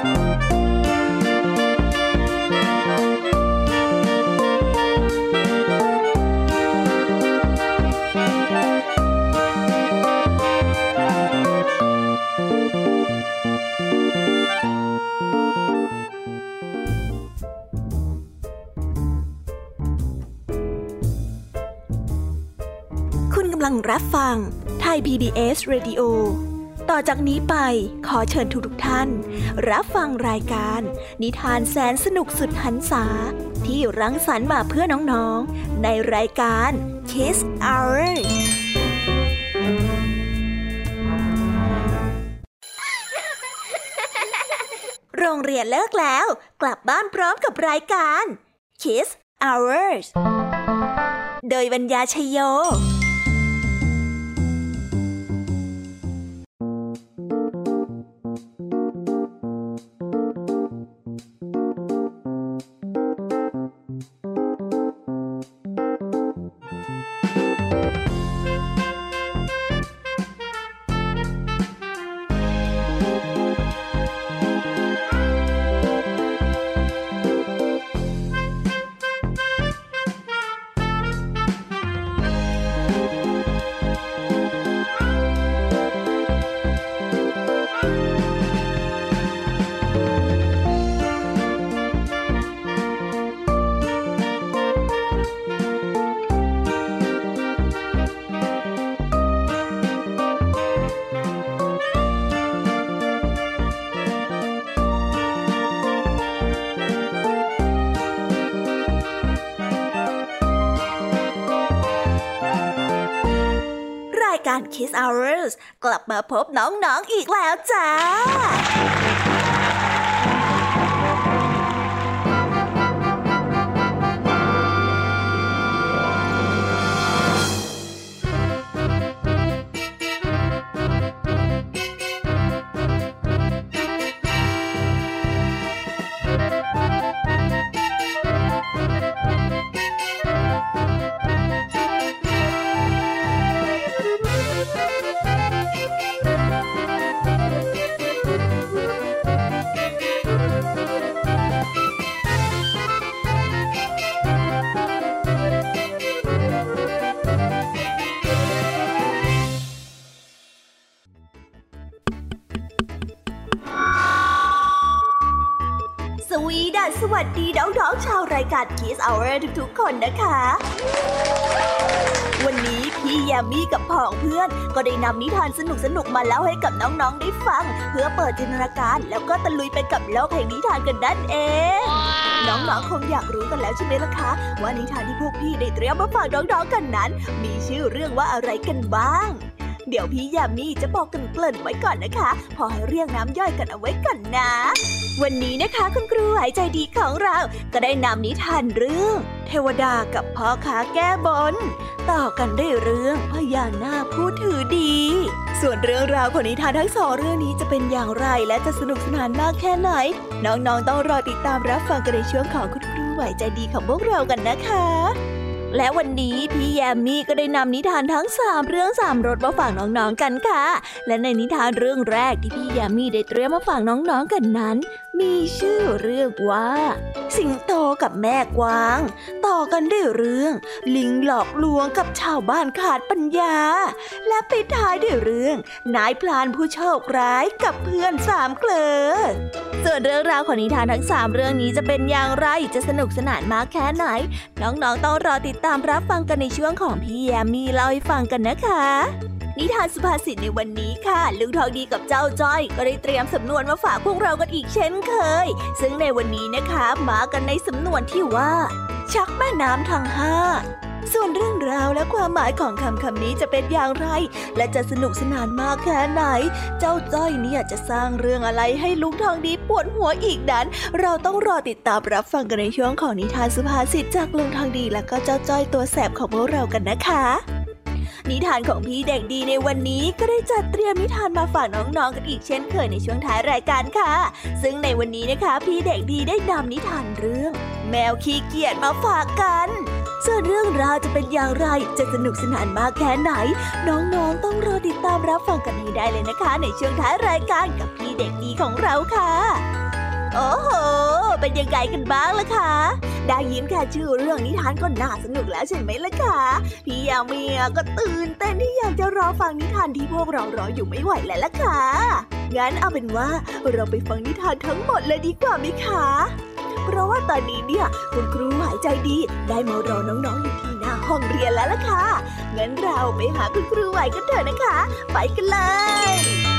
กำลังรับฟังไทย PBS Radio ต่อจากนี้ไปขอเชิญทุกท่านรับฟังรายการนิทานแสนสนุกสุดหรรษาที่รังสรรค์มาเพื่อน้องๆในรายการ Kids Hourโรงเรียนเลิกแล้วกลับบ้านพร้อมกับรายการ Kids Hours โดยบรรยาชโยการ Kids Hours กลับมาพบน้องๆอีกแล้วจ้าสวัสดีน้องๆชาวรายการ Kids Hour ทุกๆคนนะคะวันนี้พี่แยมมี่กับพ้องเพื่อนก็ได้นำนิทานสนุกๆมาเล่าให้กับน้องๆได้ฟังเพื่อเปิดจินตนาการแล้วก็ตะลุยไปกับโลกแห่งนิทานกันนั่นเองน้องๆคงอยากรู้กันแล้วใช่ไหมล่ะคะว่านิทานที่พวกพี่ได้เตรียมมาฝากน้องๆกันนั้นมีชื่อเรื่องว่าอะไรกันบ้างเดี๋ยวพี่แยมมี่จะบอกกันเกริ่นไว้ก่อนนะคะพอให้เรียกน้ำย่อยกันเอาไว้ก่อนนะวันนี้นะคะคุณครูหายใจดีของเราก็ได้นำนิทานเรื่องเทวดากับพ่อค้าแก้บนต่อกันด้วยเรื่องพญานาคผู้ถือดีส่วนเรื่องราวของนิทานทั้งสองเรื่องนี้จะเป็นอย่างไรและจะสนุกสนานมากแค่ไหนน้องๆต้องรอติดตามรับฟังกันในช่วงของคุณครูหายใจดีของพวกเรากันนะคะและวันนี้พี่แยมมี่ก็ได้นำนิทานทั้ง3เรื่อง3รสมาฝากน้องๆกันค่ะและในนิทานเรื่องแรกที่พี่แยมมี่ได้เตรียมมาฝากน้องๆกันนั้นมีชื่อเรื่องว่าสิงโตกับแม่กวางต่อกันด้วยเรื่องลิงหลอกลวงกับชาวบ้านขาดปัญญาและปิดท้ายด้วยเรื่องนายพรานผู้โชคร้ายกับเพื่อน3เกลอส่วนเรื่องราวของนิทานทั้ง3เรื่องนี้จะเป็นอย่างไรจะสนุกสนานมากแค่ไหนน้องๆต้องรอติดตามรับฟังกันในช่วงของพี่แยมมี่เล่าให้ฟังกันนะคะนิทานสุภาษิตในวันนี้ค่ะลุงทองดีกับเจ้าจ้อยก็ได้เตรียมสำนวนมาฝากพวกเรากันอีกเช่นเคยซึ่งในวันนี้นะคะมากันในสำนวนที่ว่าชักแม่น้ำทั้ง5ส่วนเรื่องราวและความหมายของคำนี้จะเป็นอย่างไรและจะสนุกสนานมากแค่ไหนเจ้าจ้อยเนี่ยจะสร้างเรื่องอะไรให้ลุงทองดีปวดหัวอีกนั้นเราต้องรอติดตามรับฟังกันในช่วงของนิทานสุภาษิตจากลุงทองดีและก็เจ้าจ้อยตัวแสบของพวกเรากันนะคะนิทานของพี่เด็กดีในวันนี้ก็ได้จัดเตรียมนิทานมาฝากน้องๆกันอีกเช่นเคยในช่วงท้ายรายการค่ะซึ่งในวันนี้นะคะพี่เด็กดีได้นำนิทานเรื่องแมวขี้เกียจมาฝากกันส่วนเรื่องราวจะเป็นอย่างไรจะสนุกสนานมากแค่ไหนน้องๆต้องรอติดตามรับฟังกันให้ได้เลยนะคะในช่วงท้ายรายการกับพี่เด็กดีของเราค่ะเป็นยังไงกันบ้างล่ะคะได้ยินแค่ชื่อเรื่องนิทานก็น่าสนุกแล้วใช่ไหมล่ะคะพี่ยามีก็ตื่นเต้นที่อยากจะรอฟังนิทานที่พวกเรารออยู่ไม่ไหวแล้วล่ะค่ะงั้นเอาเป็นว่าเราไปฟังนิทานทั้งหมดเลยดีกว่าไหมคะเพราะว่าตอนนี้เนี่ยคุณครูหายใจดีได้มารอน้องๆอยู่ที่หน้าห้องเรียนแล้วล่ะค่ะงั้นเราไปหาคุณครูไหวกันเถอะนะคะไปกันเลย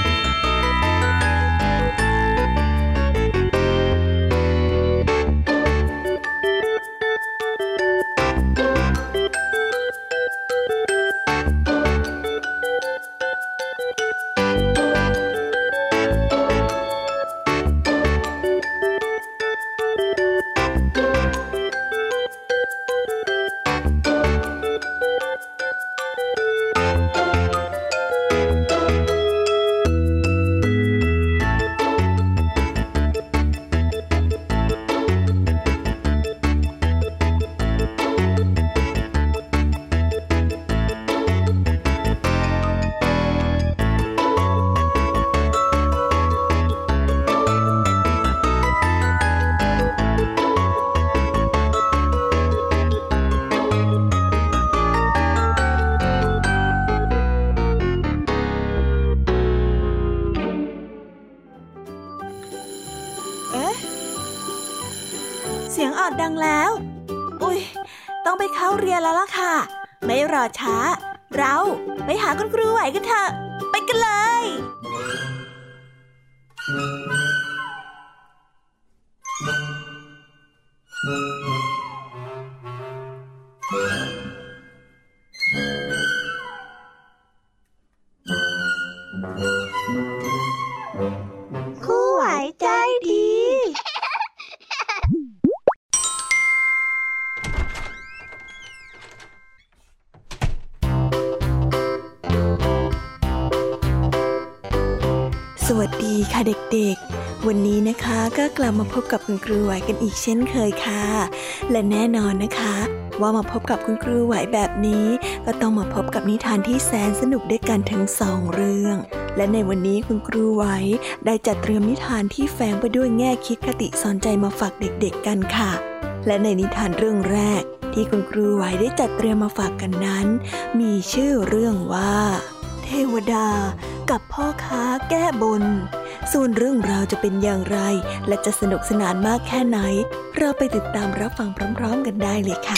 เสียงออดดังแล้วอุ๊ยต้องไปเข้าเรียนแล้วล่ะค่ะไม่รอช้าเราไปหาคุณครูไหวกันเถอะไปกันเลยครูไหวใจดีสวัสดีค่ะเด็กๆวันนี้นะคะก็กลับมาพบกับคุณครูไหวกันอีกเช่นเคยค่ะและแน่นอนนะคะว่ามาพบกับคุณครูไหวแบบนี้ก็ต้องมาพบกับนิทานที่แสนสนุกด้วยกันทั้ง2เรื่องและในวันนี้คุณครูไหวได้จัดเตรียมนิทานที่แฝงไปด้วยแง่คิดคติสอนใจมาฝากเด็กๆกันค่ะและในนิทานเรื่องแรกที่คุณครูไหวได้จัดเตรียมมาฝากกันนั้นมีชื่อเรื่องว่าเทวดากับพ่อค้าแก้บนส่วนเรื่องราวจะเป็นอย่างไรและจะสนุกสนานมากแค่ไหนเราไปติดตามรับฟังพร้อมๆกันได้เลยค่ะ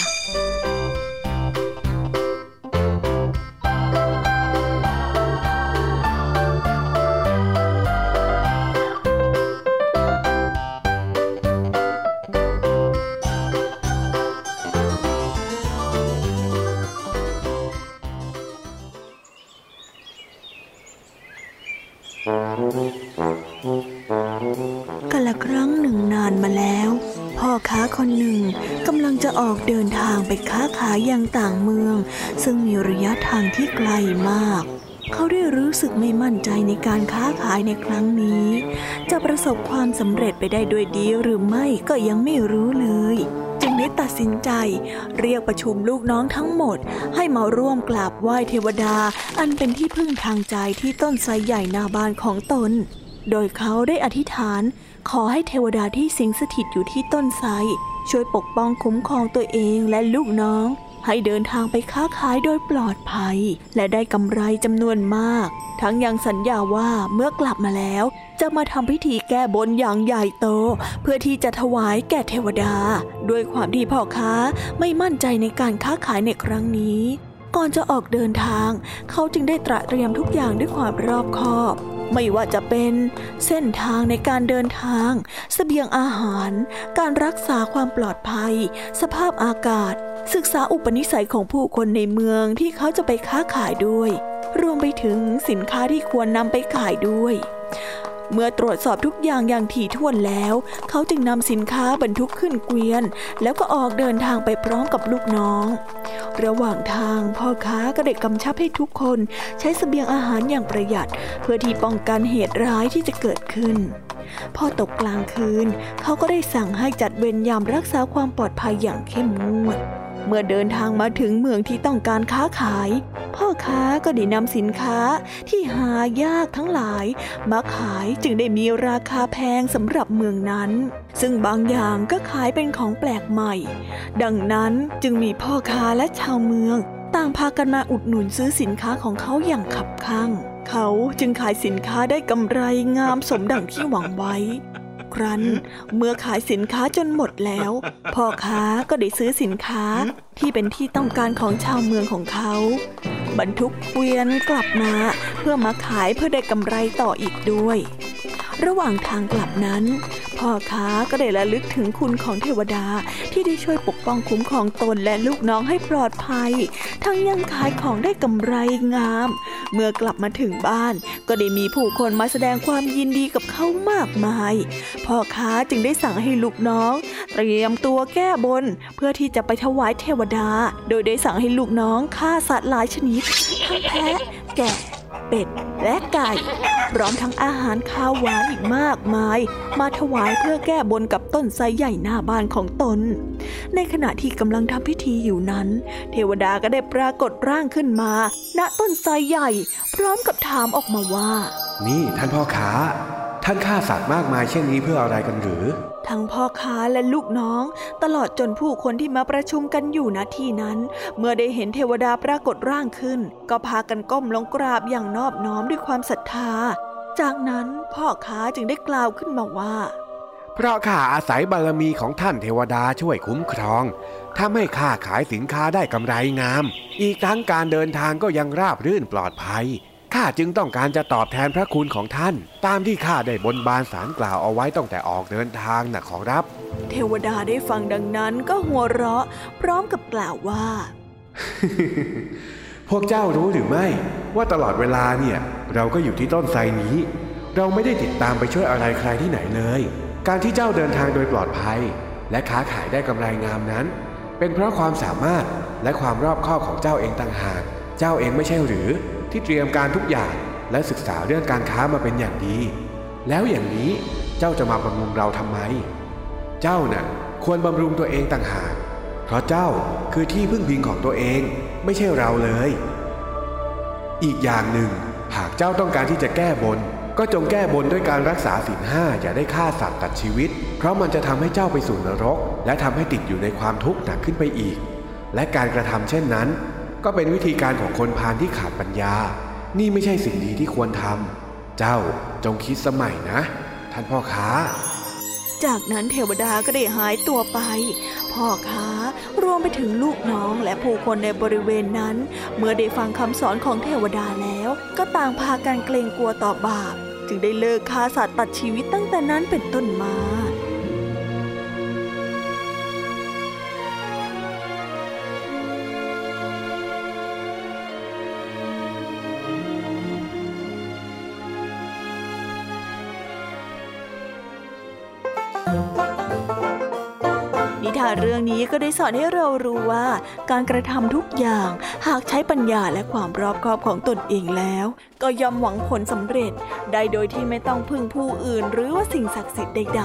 กาลครั้งหนึ่งนานมาแล้วพ่อค้าคนหนึ่งกำลังจะออกเดินทางไปค้าขายยังต่างเมืองซึ่งมีระยะทางที่ไกลมากเขาได้รู้สึกไม่มั่นใจในการค้าขายในครั้งนี้จะประสบความสำเร็จไปได้ด้วยดีหรือไม่ก็ยังไม่รู้เลยจึงได้ตัดสินใจเรียกประชุมลูกน้องทั้งหมดให้มาร่วมกราบไหว้เทวดาอันเป็นที่พึ่งทางใจที่ต้นไทรใหญ่หน้าบ้านของตนโดยเขาได้อธิษฐานขอให้เทวดาที่สิงสถิตอยู่ที่ต้นไทรช่วยปกป้องคุ้มครองตัวเองและลูกน้องให้เดินทางไปค้าขายโดยปลอดภัยและได้กำไรจำนวนมากทั้งยังสัญญาว่าเมื่อกลับมาแล้วจะมาทำพิธีแก้บนอย่างใหญ่โตเพื่อที่จะถวายแก่เทวดาด้วยความที่พ่อค้าไม่มั่นใจในการค้าขายในครั้งนี้ก่อนจะออกเดินทางเขาจึงได้ตระเตรียมทุกอย่างด้วยความรอบคอบไม่ว่าจะเป็นเส้นทางในการเดินทางเสบียงอาหารการรักษาความปลอดภัยสภาพอากาศศึกษาอุปนิสัยของผู้คนในเมืองที่เขาจะไปค้าขายด้วยรวมไปถึงสินค้าที่ควรนำไปขายด้วยเมื่อตรวจสอบทุกอย่างอย่างถี่ถ้วนแล้วเขาจึงนำสินค้าบรรทุกขึ้นเกวียนแล้วก็ออกเดินทางไปพร้อมกับลูกน้องระหว่างทางพ่อค้าก็ได้กำชับให้ทุกคนใช้เสบียงอาหารอย่างประหยัดเพื่อที่ป้องกันเหตุร้ายที่จะเกิดขึ้นพอตกกลางคืนเขาก็ได้สั่งให้จัดเวรยามรักษาความปลอดภัยอย่างเข้มงวดเมื่อเดินทางมาถึงเมืองที่ต้องการค้าขายพพ่อค้าก็ได้นำสินค้าที่หายากทั้งหลายมาขายจึงได้มีราคาแพงสำหรับเมืองนั้นซึ่งบางอย่างก็ขายเป็นของแปลกใหม่ดังนั้นจึงมีพ่อค้าและชาวเมืองต่างพากันมาอุดหนุนซื้อสินค้าของเขาอย่างคับคั่งเขาจึงขายสินค้าได้กำไรงามสมดังที่หวังไว้ครั้นเมื่อขายสินค้าจนหมดแล้วพ่อค้าก็ได้ซื้อสินค้าที่เป็นที่ต้องการของชาวเมืองของเขาบรรทุกเกวียนกลับมาเพื่อมาขายเพื่อได้กำไรต่ออีกด้วยระหว่างทางกลับนั้นพ่อค้าก็ได้ระลึกถึงคุณของเทวดาที่ได้ช่วยปกป้องคุ้มครองตนและลูกน้องให้ปลอดภัยทั้งยังขายของได้กำไรงามเมื่อกลับมาถึงบ้านก็ได้มีผู้คนมาแสดงความยินดีกับเขามากมายพ่อค้าจึงได้สั่งให้ลูกน้องเตรียมตัวแก้บนเพื่อที่จะไปถวายเทวดาโดยได้สั่งให้ลูกน้องฆ่าสัตว์หลายชนิดทั้งแพะแกะเป็ดและไก่พร้อมทั้งอาหารข้าวหวานอีกมากมายมาถวายเพื่อแก้บนกับต้นไทรใหญ่หน้าบ้านของตนในขณะที่กำลังทำพิธีอยู่นั้นเทวดาก็ได้ปรากฏร่างขึ้นมาณต้นไทรใหญ่พร้อมกับถามออกมาว่านี่ท่านพ่อค้าท่านฆ่าสัตว์มากมายเช่นนี้เพื่ออะไรกันหรือทั้งพ่อค้าและลูกน้องตลอดจนผู้คนที่มาประชุมกันอยู่ณที่นั้นเมื่อได้เห็นเทวดาปรากฏร่างขึ้นก็พากันก้มลงกราบอย่างนอบน้อมด้วยความศรัทธาจากนั้นพ่อค้าจึงได้กล่าวขึ้นมาว่าเพราะข้าอาศัยบารมีของท่านเทวดาช่วยคุ้มครองทำให้ข้าขายสินค้าได้กำไรงามอีกทั้งการเดินทางก็ยังราบรื่นปลอดภัยข้าจึงต้องการจะตอบแทนพระคุณของท่านตามที่ข้าได้บนบานศาลกล่าวเอาไว้ตั้งแต่ออกเดินทางน่ะขอรับเทวดาได้ฟังดังนั้นก็หัวเราะพร้อมกับกล่าวว่าพวกเจ้ารู้หรือไม่ว่าตลอดเวลาเนี่ยเราก็อยู่ที่ต้นไทรนี้เราไม่ได้ติดตามไปช่วยอะไรใครที่ไหนเลยการที่เจ้าเดินทางโดยปลอดภัยและค้าขายได้กำไรงามนั้นเป็นเพราะความสามารถและความรอบคอบของเจ้าเองต่างหากเจ้าเองไม่ใช่หรือที่เตรียมการทุกอย่างและศึกษาเรื่องการค้ามาเป็นอย่างดีแล้วอย่างนี้เจ้าจะมาบำรุงเราทำไมเจ้าน่ะควรบำรุงตัวเองต่างหากเพราะเจ้าคือที่พึ่งพิงของตัวเองไม่ใช่เราเลยอีกอย่างหนึ่งหากเจ้าต้องการที่จะแก้บนก็จงแก้บนด้วยการรักษาศีล 5อย่าได้ฆ่าสัตว์ตัดชีวิตเพราะมันจะทำให้เจ้าไปสู่นรกและทำให้ติดอยู่ในความทุกข์หนักขึ้นไปอีกและการกระทำเช่นนั้นก็เป็นวิธีการของคนพาลที่ขาดปัญญานี่ไม่ใช่สิ่งดีที่ควรทำเจ้าจงคิดสมัยนะท่านพ่อค้าจากนั้นเทวดาก็ได้หายตัวไปพ่อค้ารวมไปถึงลูกน้องและผู้คนในบริเวณนั้นเมื่อได้ฟังคำสอนของเทวดาแล้วก็ต่างพากันเกรงกลัวต่อบาปจึงได้เลิกฆ่าสัตว์ตัดชีวิตตั้งแต่นั้นเป็นต้นมานิทานเรื่องนี้ก็ได้สอนให้เรารู้ว่าการกระทำทุกอย่างหากใช้ปัญญาและความรอบคอบของตนเองแล้วก็ย่อมหวังผลสำเร็จได้โดยที่ไม่ต้องพึ่งผู้อื่นหรือว่าสิ่งศักดิ์สิทธิ์ใด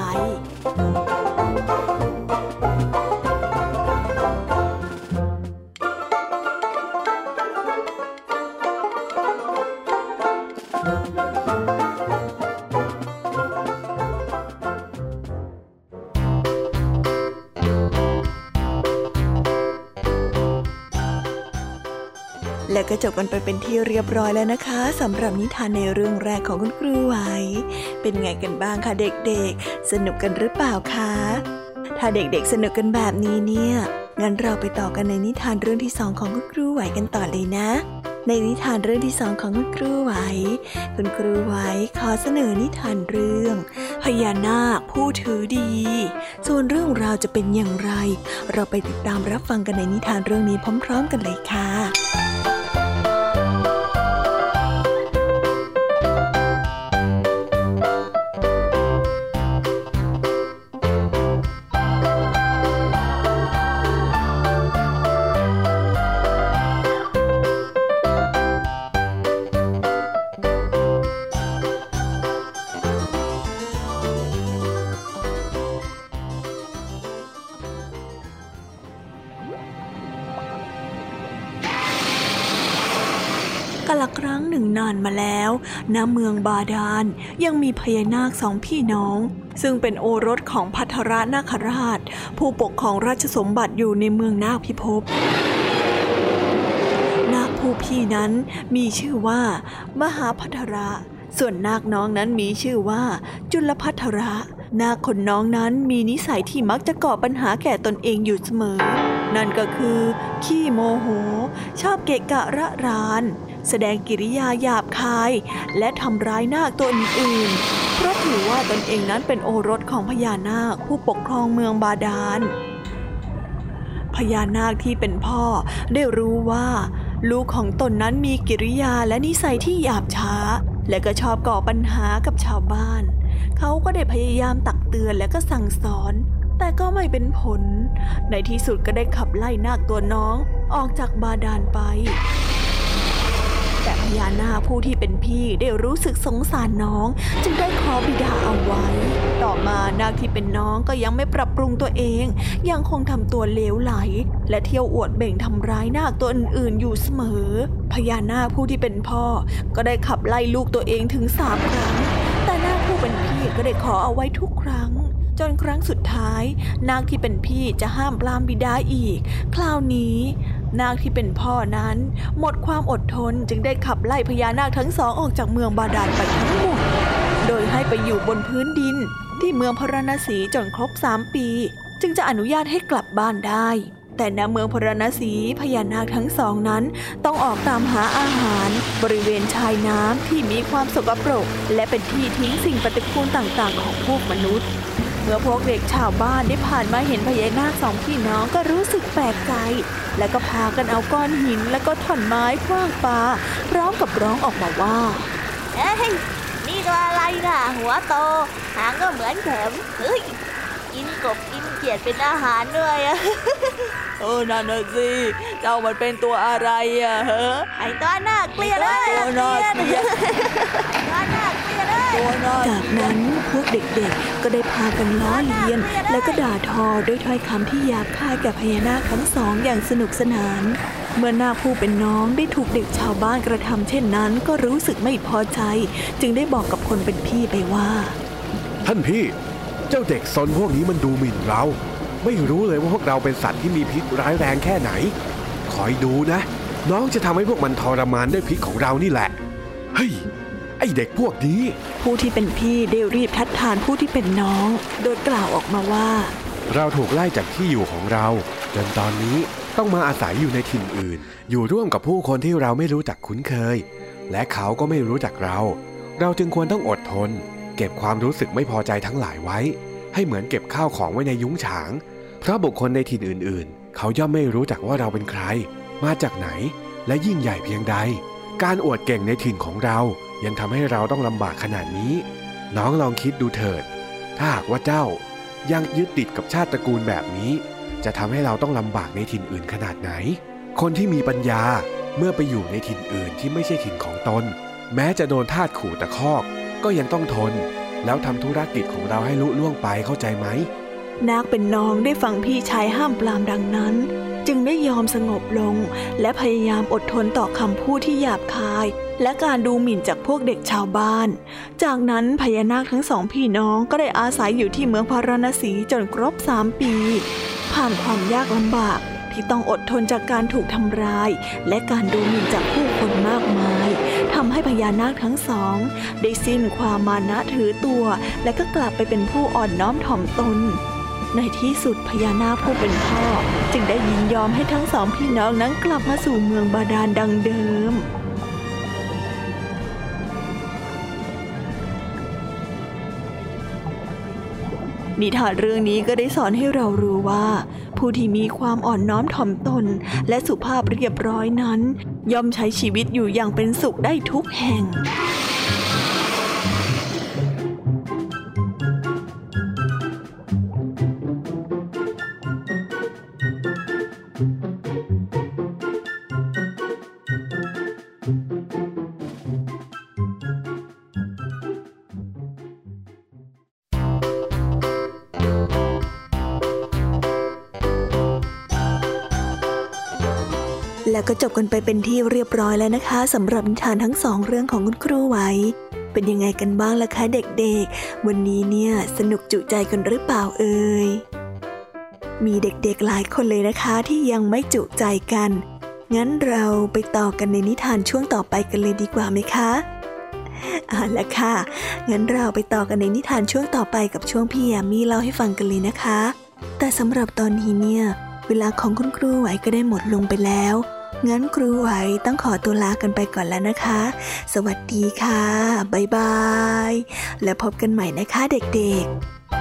และก็จบกันไปเป็นที่เรียบร้อยแล้วนะคะสำหรับนิทานในเรื่องแรกของคุณครูไหวเป็นไงกันบ้างคะเด็กๆสนุกกันหรือเปล่าคะถ้าเด็กๆสนุกกันแบบนี้เนี่ยงั้นเราไปต่อกันในนิทานเรื่องที่2ของคุณครูไหวกันต่อเลยนะในนิทานเรื่องที่2ของคุณครูไหวคุณครูไหวขอเสนอนิทานเรื่องพญานาคผู้ถือดีส่วนเรื่องราวจะเป็นอย่างไรเราไปติดตามรับฟังกันในนิทานเรื่องนี้พร้อมๆกันเลยค่ะาลครั้งหนึ่งนานมาแล้วณเมืองบาดาลยังมีพญานาคสองพี่น้องซึ่งเป็นโอรสของภัทรนาคราชผู้ปกครองราชสมบัติอยู่ในเมืองนาคพิภพนาคผู้พี่นั้นมีชื่อว่ามหาภัทระส่วนนาคน้องนั้นมีชื่อว่าจุลภัทระนาคคนน้องนั้นมีนิสัยที่มักจะก่อปัญหาแก่ตนเองอยู่เสมอนั่นก็คือขี้โมโหชอบเกะกะระรานแสดงกิริยาหยาบคายและทำร้ายนาคตัวอื่นๆเพราะถือว่าตนเองนั้นเป็นโอรสของพญานาคผู้ปกครองเมืองบาดาลพญานาคที่เป็นพ่อได้รู้ว่าลูกของตนนั้นมีกิริยาและนิสัยที่หยาบช้าและก็ชอบก่อปัญหากับชาวบ้านเขาก็ได้พยายามตักเตือนและก็สั่งสอนแต่ก็ไม่เป็นผลในที่สุดก็ได้ขับไล่นาคตัวน้องออกจากบาดาลไปแต่พญานาคผู้ที่เป็นพี่ได้รู้สึกสงสารน้องจึงได้ขอบิดาเอาไว้ต่อมานาคที่เป็นน้องก็ยังไม่ปรับปรุงตัวเองยังคงทำตัวเลวไหลและเที่ยวอวดเบ่งทำร้ายนาคตัวอื่นๆอยู่เสมอพญานาคผู้ที่เป็นพ่อก็ได้ขับไล่ลูกตัวเองถึง3 ครั้งแต่นาคผู้เป็นพี่ก็ได้ขอเอาไว้ทุกครั้งจนครั้งสุดท้ายนาคที่เป็นพี่จะห้ามปรามบิดาอีกคราวนี้นาคที่เป็นพ่อนั้นหมดความอดทนจึงได้ขับไล่พญานาคทั้งสองออกจากเมืองบาดาลไปทั้งหมดโดยให้ไปอยู่บนพื้นดินที่เมืองพาราณสีจนครบ3 ปีจึงจะอนุญาตให้กลับบ้านได้แต่ณเมืองพาราณสีพญานาคทั้งสองนั้นต้องออกตามหาอาหารบริเวณชายน้ำที่มีความสกปรกและเป็นที่ทิ้งสิ่งปฏิกูลต่างๆของพวกมนุษย์เมื่อพวกเด็กชาวบ้านได้ผ่านมาเห็นพญานาค2 พี่น้องก็รู้สึกแปลกใจและก็พากันเอาก้อนหินและก็ท่อนไม้ขว้างปาพร้อมกับร้องออกมาว่าเอ้ยนี่ตัวอะไรน่ะหัวโตหางก็เหมือนเข็มเฮ้ยกินกบกินเขียดเป็นอาหารด้วยอะนั่นน่ะสิเจ้ามันเป็นตัวอะไรอะฮะไอ้ตัวน่าเกลียดเลยตัวน่าเกลียดจากนั้นพวกเด็กๆก็ได้พากันล้อเลียนและก็ด่าทอด้วยถ้อยคำที่หยาบคายแก่พญานาคทั้งสองอย่างสนุกสนานเมื่อนาคผู้เป็นน้องได้ถูกเด็กชาวบ้านกระทำเช่นนั้นก็รู้สึกไม่พอใจจึงได้บอกกับคนเป็นพี่ไปว่าท่านพี่เจ้าเด็กซนพวกนี้มันดูหมิ่นเราไม่รู้เลยว่าพวกเราเป็นสัตว์ที่มีพิษร้ายแรงแค่ไหนคอยดูนะน้องจะทำให้พวกมันทรมานด้วยพิษของเรานี่แหละเฮ้ยไอเด็กพวกนี้ผู้ที่เป็นพี่ได้รีบทัดทานผู้ที่เป็นน้องโดยกล่าวออกมาว่าเราถูกไล่จากที่อยู่ของเราจนตอนนี้ต้องมาอาศัยอยู่ในถิ่นอื่นอยู่ร่วมกับผู้คนที่เราไม่รู้จักคุ้นเคยและเขาก็ไม่รู้จักเราจึงควรต้องอดทนเก็บความรู้สึกไม่พอใจทั้งหลายไว้ให้เหมือนเก็บข้าวของไว้ในยุ้งฉางเพราะบุคคลในถิ่นอื่นๆเขาย่อมไม่รู้จักว่าเราเป็นใครมาจากไหนและยิ่งใหญ่เพียงใดการอวดเก่งในถิ่นของเรายังทำให้เราต้องลำบากขนาดนี้น้องลองคิดดูเถิดถ้าหากว่าเจ้ายังยึดติดกับชาติตระกูลแบบนี้จะทำให้เราต้องลำบากในถิ่นอื่นขนาดไหนคนที่มีปัญญาเมื่อไปอยู่ในถิ่นอื่นที่ไม่ใช่ถิ่นของตนแม้จะโดนทาสขู่ตะคอกก็ยังต้องทนแล้วทำธุรกิจของเราให้ลุล่วงไปเข้าใจไหมนาคเป็นน้องได้ฟังพี่ชายห้ามปรามดังนั้นจึงได้ยอมสงบลงและพยายามอดทนต่อคำพูดที่หยาบคายและการดูหมิ่นจากพวกเด็กชาวบ้านจากนั้นพญานาคทั้ง2 พี่น้องก็ได้อาศัยอยู่ที่เมืองพาราณสีจนครบ3 ปีผ่านความยากลำบากที่ต้องอดทนจากการถูกทำร้ายและการดูหมิ่นจากผู้คนมากมายทำให้พญานาคทั้งสองได้สิ้นความมานะถือตัวและก็กลับไปเป็นผู้อ่อนน้อมถ่อมตนในที่สุดพญานาคผู้เป็นพ่อจึงได้ยินยอมให้ทั้ง2 พี่น้องนั้นกลับมาสู่เมืองบาดาลดังเดิมนิทานเรื่องนี้ก็ได้สอนให้เรารู้ว่าผู้ที่มีความอ่อนน้อมถ่อมตนและสุภาพเรียบร้อยนั้นย่อมใช้ชีวิตอยู่อย่างเป็นสุขได้ทุกแห่ง แแล้วก็จบกันไปเป็นที่เรียบร้อยแล้วนะคะสำหรับนิทานทั้งสองเรื่องของคุณครูไหวเป็นยังไงกันบ้างล่ะคะเด็กๆวันนี้เนี่ยสนุกจุใจกันหรือเปล่าเอ่ยมีเด็กๆหลายคนเลยนะคะที่ยังไม่จุใจกันงั้นเราไปต่อกันในนิทานช่วงต่อไปกันเลยดีกว่าไหมคะเอาล่ะค่ะงั้นเราไปต่อกันในนิทานช่วงต่อไปกับช่วงพี่ยามีเล่าให้ฟังกันเลยนะคะแต่สำหรับตอนนี้เนี่ยเวลาของคุณครูไหวก็ได้หมดลงไปแล้วงั้นครูไหวต้องขอตัวลากันไปก่อนแล้วนะคะสวัสดีค่ะบ๊ายบายแล้วพบกันใหม่นะคะเด็กๆ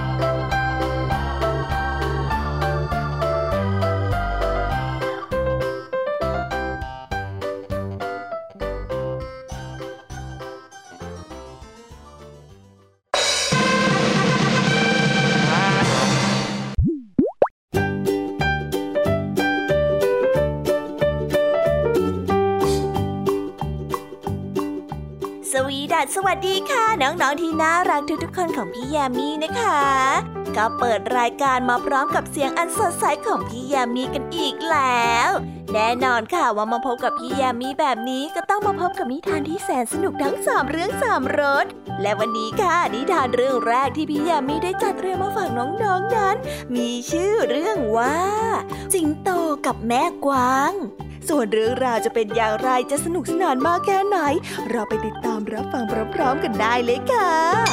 สวัสดีค่ะน้องๆที่น่ารักทุกๆคนของพี่ยามีนะคะก็เปิดรายการมาพร้อมกับเสียงอันสดใสของพี่ยามีกันอีกแล้วแน่นอนค่ะว่ามาพบกับพี่ยามีแบบนี้ก็ต้องมาพบกับนิทานที่แสนสนุกทั้ง3เรื่อง3รสและวันนี้ค่ะนิทานเรื่องแรกที่พี่ยามีได้จัดเตรียมมาฝากน้องๆนั้นมีชื่อเรื่องว่าสิงโตกับแม่กวางส่วนเรื่องราวจะเป็นอย่างไรจะสนุกสนานมากแค่ไหนเราไปติดตามรับฟังพร้อมๆกันได้เลยค่ะ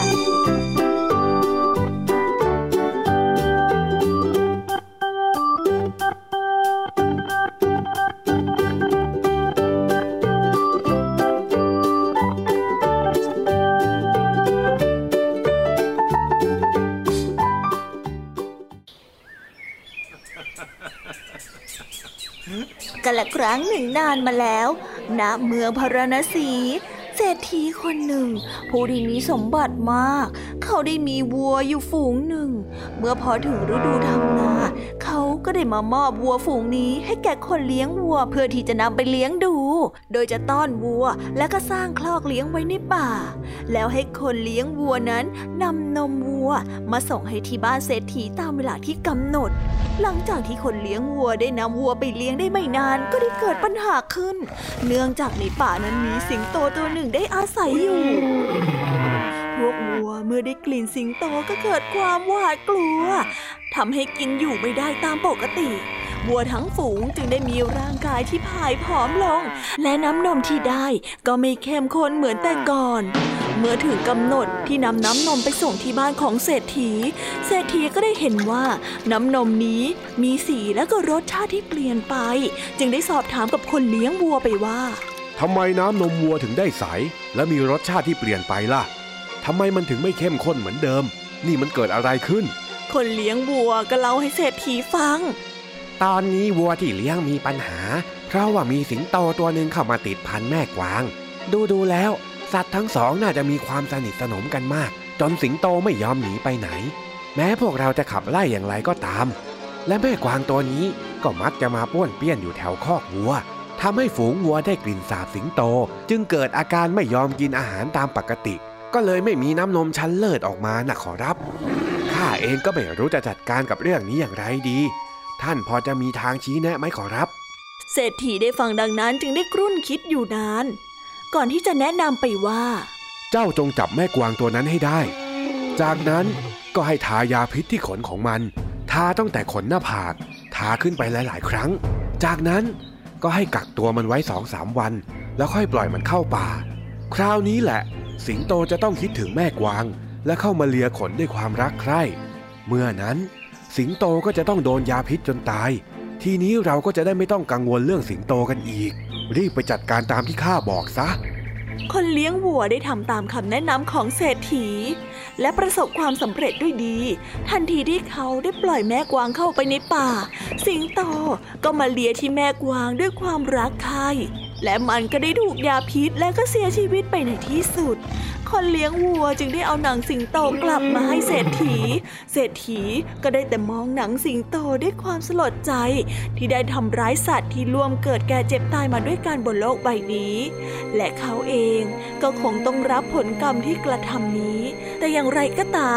กันละครั้งหนึ่งนานมาแล้วณเมืองพาราณสีเศรษฐีคนหนึ่งผู้ที่มีสมบัติมากเขาได้มีวัวอยู่ฝูงหนึ่งเมื่อพอถึงฤดูทำนาเขาก็ได้มามอบวัวฝูงนี้ให้แก่คนเลี้ยงวัวเพื่อที่จะนำไปเลี้ยงดูโดยจะต้อนวัวและก็สร้างคอกเลี้ยงไว้ในป่าแล้วให้คนเลี้ยงวัวนั้นนำนมวัวมาส่งให้ที่บ้านเศรษฐีตามเวลาที่กำหนดหลังจากที่คนเลี้ยงวัวได้นำวัวไปเลี้ยงได้ไม่นานก็ได้เกิดปัญหาขึ้นเนื่องจากในป่านั้นมีสิงโตตัวหนึ่งได้อาศัยอยู่พวกวัวเมื่อได้กลิ่นสิงโตก็เกิดความหวาดกลัวทำให้กินอยู่ไม่ได้ตามปกติวัวทั้งฝูงจึงได้มีร่างกายที่ผายผอมลงและน้ำนมที่ได้ก็ไม่เข้มข้นเหมือนแต่ก่อนเมื่อถึงกำหนดที่นำน้ำนมไปส่งที่บ้านของเศรษฐีก็ได้เห็นว่าน้ำนมนี้มีสีและก็รสชาติที่เปลี่ยนไปจึงได้สอบถามกับคนเลี้ยงวัวไปว่าทำไมน้ำนมวัวถึงได้ใสและมีรสชาติที่เปลี่ยนไปล่ะทำไมมันถึงไม่เข้มข้นเหมือนเดิมนี่มันเกิดอะไรขึ้นคนเลี้ยงวัวก็เล่าให้เศรษฐีฟังตอนนี้วัวที่เลี้ยงมีปัญหาเพราะว่ามีสิงโตตัวหนึ่งเข้ามาติดพันแม่กวางดูแล้วสัตว์ทั้งสองน่าจะมีความสนิทสนมกันมากจนสิงโตไม่ยอมหนีไปไหนแม้พวกเราจะขับไล่อย่างไรก็ตามและแม่กวางตัวนี้ก็มักจะมาป้วนเปี้ยนอยู่แถวคอกวัวทำให้ฝูงวัวได้กลิ่นสาบสิงโตจึงเกิดอาการไม่ยอมกินอาหารตามปกติก็เลยไม่มีน้ำนมชั้นเลิศออกมานะขอรับข้าเองก็ไม่รู้จะจัดการกับเรื่องนี้อย่างไรดีท่านพอจะมีทางชี้แนะไหมขอรับเศรษฐีได้ฟังดังนั้นจึงได้กรุ่นคิดอยู่นานก่อนที่จะแนะนำไปว่าเจ้าจงจับแม่กวางตัวนั้นให้ได้จากนั้นก็ให้ทายาพิษที่ขนของมันทาตั้งแต่ขนหน้าผากทาขึ้นไปหลายๆครั้งจากนั้นก็ให้กักตัวมันไว้ 2-3 วันแล้วค่อยปล่อยมันเข้าป่าคราวนี้แหละสิงโตจะต้องคิดถึงแม่กวางและเข้ามาเลียขนด้วยความรักใคร่เมื่อนั้นสิงโตก็จะต้องโดนยาพิษจนตายทีนี้เราก็จะได้ไม่ต้องกังวลเรื่องสิงโตกันอีกรีบไปจัดการตามที่ข้าบอกซะคนเลี้ยงวัวได้ทำตามคำแนะนำของเศรษฐีและประสบความสำเร็จด้วยดีทันทีที่เขาได้ปล่อยแม่กวางเข้าไปในป่าสิงโตก็มาเลียที่แม่กวางด้วยความรักใคร่และมันก็ได้ถูกยาพิษและก็เสียชีวิตไปในที่สุดคนเลี้ยงวัวจึงได้เอาหนังสิงโตกลับมาให้เศรษฐีก็ได้แต่มองหนังสิงโตด้วยความสลดใจที่ได้ทำร้ายสัตว์ที่ร่วมเกิดแก่เจ็บตายมาด้วยกันบนโลกใบนี้และเขาเองก็คงต้องรับผลกรรมที่กระทำนี้แต่อย่างไรก็ตาม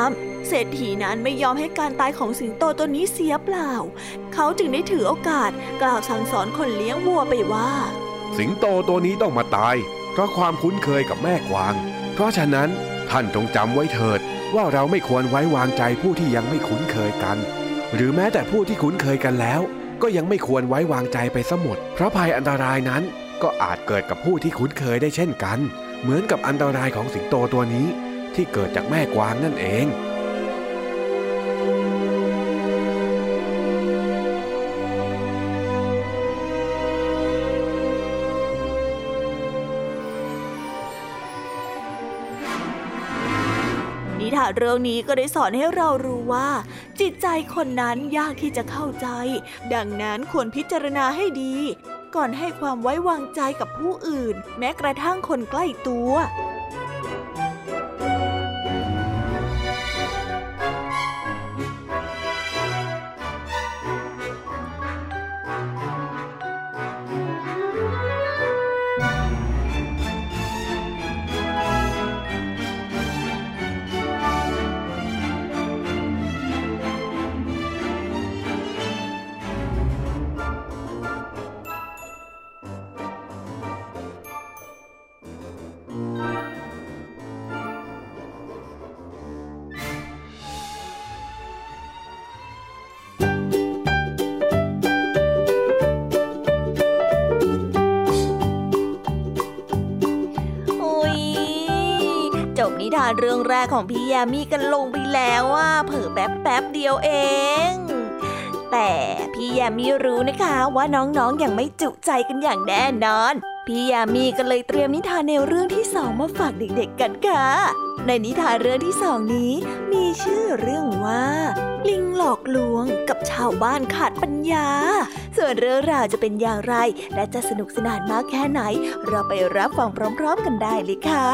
เศรษฐีนั้นไม่ยอมให้การตายของสิงโตตัวนี้เสียเปล่าเขาจึงได้ถือโอกาสกล่าวสั่งสอนคนเลี้ยงวัวไปว่าสิงโตตัวนี้ต้องมาตายเพราะความคุ้นเคยกับแม่กวางเพราะฉะนั้นท่านจงจำไว้เถิดว่าเราไม่ควรไว้วางใจผู้ที่ยังไม่คุ้นเคยกันหรือแม้แต่ผู้ที่คุ้นเคยกันแล้วก็ยังไม่ควรไว้วางใจไปซะหมดเพราะภัยอันตรายนั้นก็อาจเกิดกับผู้ที่คุ้นเคยได้เช่นกันเหมือนกับอันตรายของสิงโตตัวนี้ที่เกิดจากแม่กวางนั่นเองนิทานเรื่องนี้ก็ได้สอนให้เรารู้ว่าจิตใจคนนั้นยากที่จะเข้าใจดังนั้นควรพิจารณาให้ดีก่อนให้ความไว้วางใจกับผู้อื่นแม้กระทั่งคนใกล้ตัวนิทานเรื่องแรกของพี่ยามีกันลงไปแล้วว่าเผลอแป๊บเดียวเองแต่พี่ยามีรู้นะคะว่าน้องๆยังไม่จุใจกันอย่างแน่นอนพี่ยามีก็เลยเตรียมนิทานแนวเรื่องที่2มาฝากเด็กๆกันค่ะในนิทานเรื่องที่2นี้มีชื่อเรื่องว่าลิงหลอกลวงกับชาวบ้านขาดปัญญาส่วนเรื่องราวจะเป็นอย่างไรและจะสนุกสนานมากแค่ไหนเราไปรับฟังพร้อมๆกันได้เลยค่ะ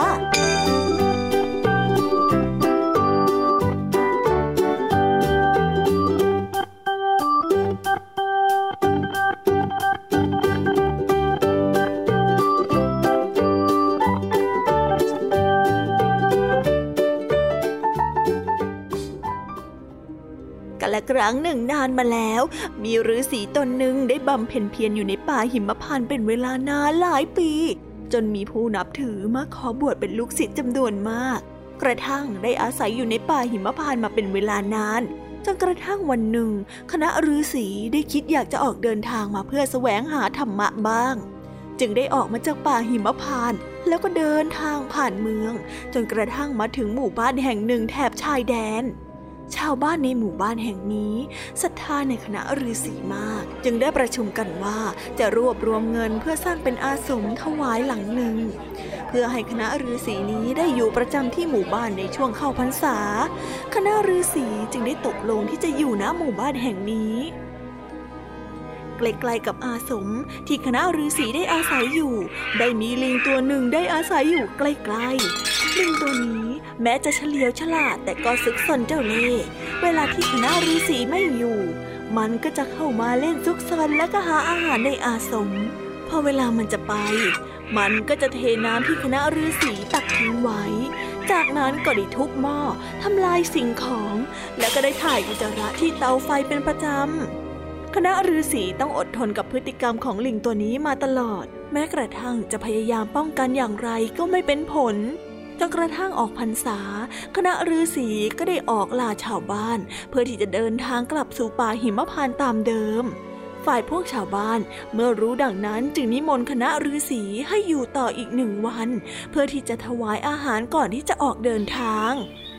และครั้งหนึ่งนานมาแล้วมีฤาษีตนหนึ่งได้บำเพ็ญเพียรอยู่ในป่าหิมพานต์เป็นเวลานานหลายปีจนมีผู้นับถือมาขอบวชเป็นลูกศิษย์จำนวนมากกระทั่งได้อาศัยอยู่ในป่าหิมพานต์มาเป็นเวลานานจนกระทั่งวันหนึ่งคณะฤาษีได้คิดอยากจะออกเดินทางมาเพื่อแสวงหาธรรมะบ้างจึงได้ออกมาจากป่าหิมพานต์แล้วก็เดินทางผ่านเมืองจนกระทั่งมาถึงหมู่บ้านแห่งหนึ่งแถบชายแดนชาวบ้านในหมู่บ้านแห่งนี้ศรัทธาในคณะฤาษีมากจึงได้ประชุมกันว่าจะรวบรวมเงินเพื่อสร้างเป็นอาสมถวายหลังหนึ่งเพื่อให้คณะฤาษีนี้ได้อยู่ประจำที่หมู่บ้านในช่วงเข้าพรรษาคณะฤาษีจึงได้ตกลงที่จะอยู่ณหมู่บ้านแห่งนี้ใกล้ๆกับอาสมที่คณะฤาษีได้อาศัยอยู่ได้มีลิงตัวหนึ่งได้อาศัยอยู่ใกล้ๆลิงตัวนี้แม้จะเฉลียวฉลาดแต่ก็ซึกซนเจ้าเล่ห์เวลาที่คณะฤาษีไม่อยู่มันก็จะเข้ามาเล่นซุกซนและก็หาอาหารในอาสมพอเวลามันจะไปมันก็จะเทน้ำที่คณะฤาษีตักทิ้งไว้จากนั้นก็ได้ทุบหม้อทำลายสิ่งของและก็ได้ถ่ายอุจจาระที่เตาไฟเป็นประจำคณะฤาษีต้องอดทนกับพฤติกรรมของลิงตัวนี้มาตลอดแม้กระทั่งจะพยายามป้องกันอย่างไรก็ไม่เป็นผลจนกระทั่งออกพรรษาคณะฤาษีก็ได้ออกล่าชาวบ้านเพื่อที่จะเดินทางกลับสู่ป่าหิมพานต์ตามเดิมฝ่ายพวกชาวบ้านเมื่อรู้ดังนั้นจึงนิมนต์คณะฤาษีให้อยู่ต่ออีก1 วันเพื่อที่จะถวายอาหารก่อนที่จะออกเดินทาง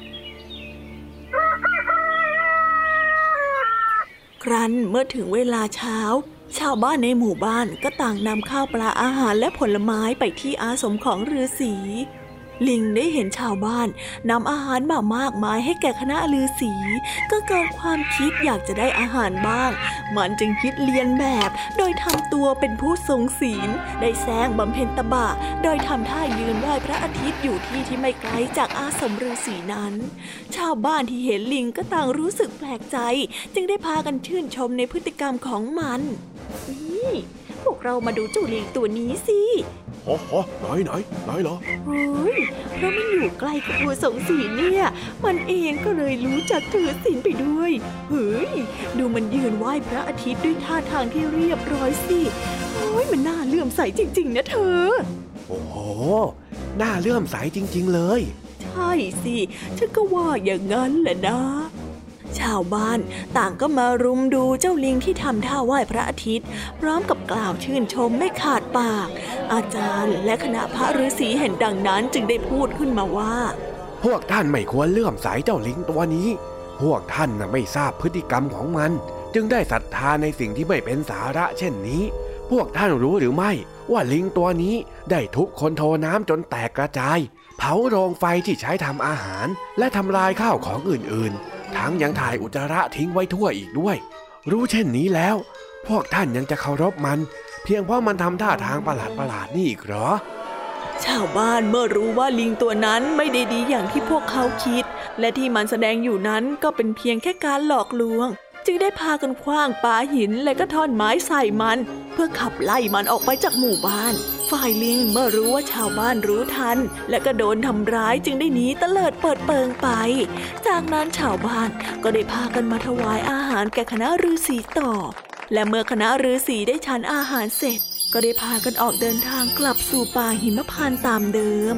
ครั้นเมื่อถึงเวลาเช้าชาวบ้านในหมู่บ้านก็ต่างนำข้าวปลาอาหารและผลไม้ไปที่อาสมของฤาษีลิงได้เห็นชาวบ้านนำอาหารมามากมายให้แก่คณะฤาษีก็เกิดความคิดอยากจะได้อาหารบ้างมันจึงคิดเลียนแบบโดยทำตัวเป็นผู้ทรงศีลได้แซงบำเพ็ญตบะโดยทำท่ายืนไหว้พระอาทิตย์อยู่ที่ไม่ไกลจากอาสมฤาษีนั้นชาวบ้านที่เห็นลิงก็ต่างรู้สึกแปลกใจจึงได้พากันชื่นชมในพฤติกรรมของมันพวกเรามาดูเจ้าลิงตัวนี้สิไหนเหรอเฮ้ยเพราะมันอยู่ใกล้กับครูสงศีลเนี่ยมันเองก็เลยรู้จักถือศีลไปด้วยเฮ้ยดูมันยืนไหว้พระอาทิตย์ด้วยท่าทางที่เรียบร้อยสิโอ้ยมันน่าเลื่อมใสจริงๆนะเธอโอ้โหน่าเลื่อมใสจริงๆเลยใช่สิฉันก็ว่าอย่างนั้นแหละนะชาวบ้านต่างก็มารุมดูเจ้าลิงที่ทำท่าไหว้พระอาทิตย์พร้อมกับกล่าวชื่นชมไม่ขาดปากอาจารย์และคณะพระฤาษีเห็นดังนั้นจึงได้พูดขึ้นมาว่าพวกท่านไม่ควรเลื่อมใสเจ้าลิงตัวนี้พวกท่านไม่ทราบพฤติกรรมของมันจึงได้ศรัทธาในสิ่งที่ไม่เป็นสาระเช่นนี้พวกท่านรู้หรือไม่ว่าลิงตัวนี้ได้ทุบคนโทน้ำจนแตกกระจายเผาโรงไฟที่ใช้ทำอาหารและทำลายข้าวของอื่นๆทั้งยังถ่ายอุจจาระทิ้งไว้ทั่วอีกด้วยรู้เช่นนี้แล้วพวกท่านยังจะเคารพมันเพียงเพราะมันทำท่าทางประหลาดนี่อีกเหรอชาวบ้านเมื่อรู้ว่าลิงตัวนั้นไม่ได้ดีอย่างที่พวกเขาคิดและที่มันแสดงอยู่นั้นก็เป็นเพียงแค่การหลอกลวงจึงได้พากันขว้างปาหินและก็ท่อนไม้ใส่มันเพื่อขับไล่มันออกไปจากหมู่บ้านฝ่ายลิงเมื่อรู้ว่าชาวบ้านรู้ทันและก็โดนทำร้ายจึงได้หนีเตลิดเปิดเปิงไปจากนั้นชาวบ้านก็ได้พากันมาถวายอาหารแก่คณะฤาษีต่อและเมื่อคณะฤาษีได้ฉันอาหารเสร็จก็ได้พากันออกเดินทางกลับสู่ป่าหิมพานต์ตามเดิม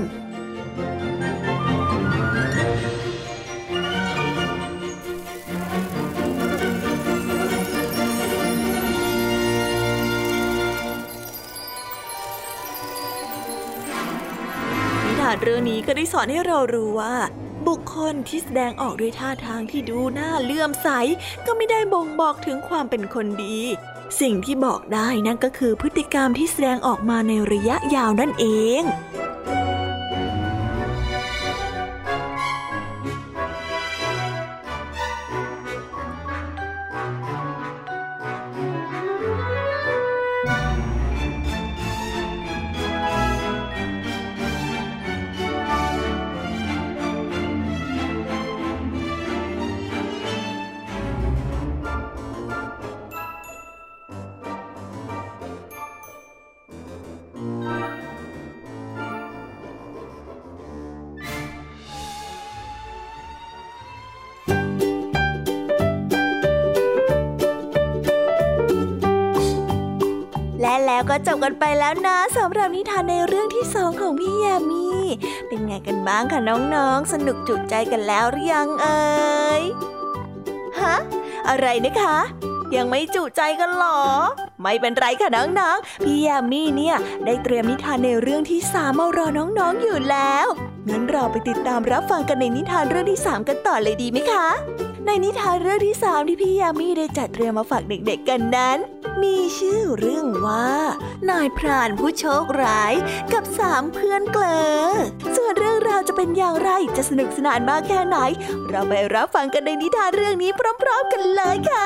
เรื่องนี้ก็ได้สอนให้เรารู้ว่าบุคคลที่แสดงออกด้วยท่าทางที่ดูน่าเลื่อมใสก็ไม่ได้บ่งบอกถึงความเป็นคนดีสิ่งที่บอกได้นั่นก็คือพฤติกรรมที่แสดงออกมาในระยะยาวนั่นเองแล้วก็จบกันไปแล้วนะสำหรับนิทานในเรื่องที่2ของพี่ยามีเป็นไงกันบ้างคะน้องๆสนุกจุใจกันแล้วหรือยังเอ่ยฮะอะไรนะคะยังไม่จุใจกันหรอไม่เป็นไรค่ะน้องๆพี่ยามีเนี่ยได้เตรียมนิทานในเรื่องที่3มารอน้องๆอยู่แล้วงั้นเราไปติดตามรับฟังกันในนิทานเรื่องที่3กันต่อเลยดีไหมคะในนิทานเรื่องที่3ที่พี่ยามีได้จัดเตรียมมาฝากเด็กๆกันนั้นมีชื่อเรื่องว่านายพรานผู้โชคร้ายกับ3เพื่อนเกลอส่วนเรื่องราวจะเป็นอย่างไรจะสนุกสนานมากแค่ไหนเราไปรับฟังกันในนิทานเรื่องนี้พร้อมๆกันเลยค่ะ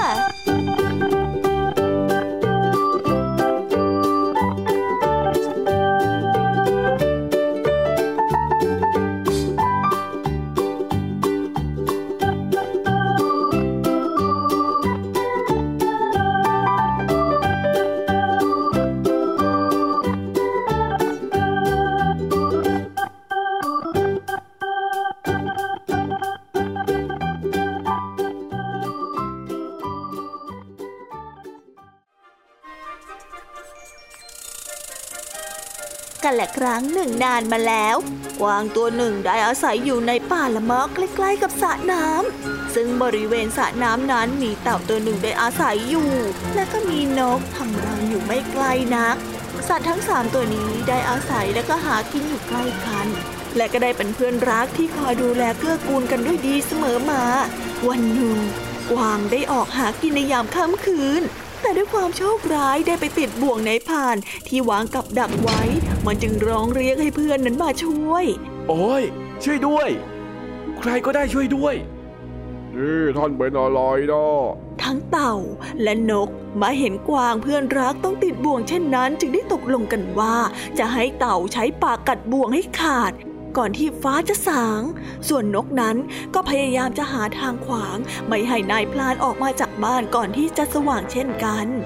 กันและครั้งหนึ่งนานมาแล้วกวางตัวหนึ่งได้อาศัยอยู่ในป่าละเมาะใกล้ๆกับสระน้ำซึ่งบริเวณสระน้ำนั้นมีเต่าตัวหนึ่งได้อาศัยอยู่และก็มีนกทำรังอยู่ไม่ไกลนักสัตว์ทั้ง3ตัวนี้ได้อาศัยและก็หากินอยู่ใกล้กันและก็ได้เป็นเพื่อนรักที่คอยดูแลเกื้อกูลกันด้วยดีเสมอมาวันหนึ่งกวางได้ออกหากินในยามค่ำคืนแต่ด้วยความโชคร้ายได้ไปติดบ่วงในผ่านที่วางกับดักไว้มันจึงร้องเรียกให้เพื่อนนั้นมาช่วยโอ้ยช่วยด้วยใครก็ได้ช่วยด้วยนี่ท่านเป็นอะไรเนาะทั้งเต่าและนกมาเห็นกวางเพื่อนรักต้องติดบ่วงเช่นนั้นจึงได้ตกลงกันว่าจะให้เต่าใช้ปากกัดบ่วงให้ขาดก่อนที่ฟ้าจะสางส่วนนกนั้นก็พยายามจะหาทางขวางไม่ให้นายพรานออกมาจากบ้านก่อนที่จะสว่างเช่นกัน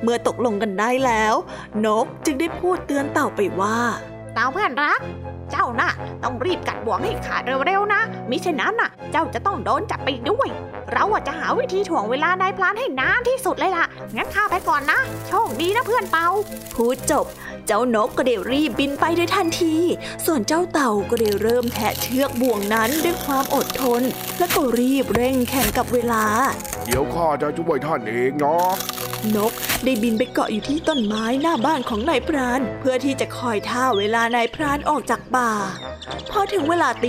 เมื่อตกลงกันได้แล้วนกจึงได้พูดเตือนเต่าไปว่าเต่าเพื่อนรักเจ้าน่ะต้องรีบกัดบ่วงให้ขาดเร็วๆนะมิฉะนั้นน่ะเจ้าจะต้องโดนจับไปด้วยเราจะหาวิธีถ่วงเวลานายพรานให้นานที่สุดเลยล่ะงั้นข้าไปก่อนนะโชคดีนะเพื่อนเต่าพูดจบเจ้านกก็ได้รีบบินไปโดยทันทีส่วนเจ้าเต่าก็ได้เริ่มแทะเชือกบ่วงนั้นด้วยความอดทนและก็รีบเร่งแข่งกับเวลาเดี๋ยวข้าจะช่วยท่านเองนะนกได้บินไปเกาะอยู่ที่ต้นไม้หน้าบ้านของนายพรานเพื่อที่จะคอยท่าเวลานายพรานออกจากป่าพอถึงเวลาตี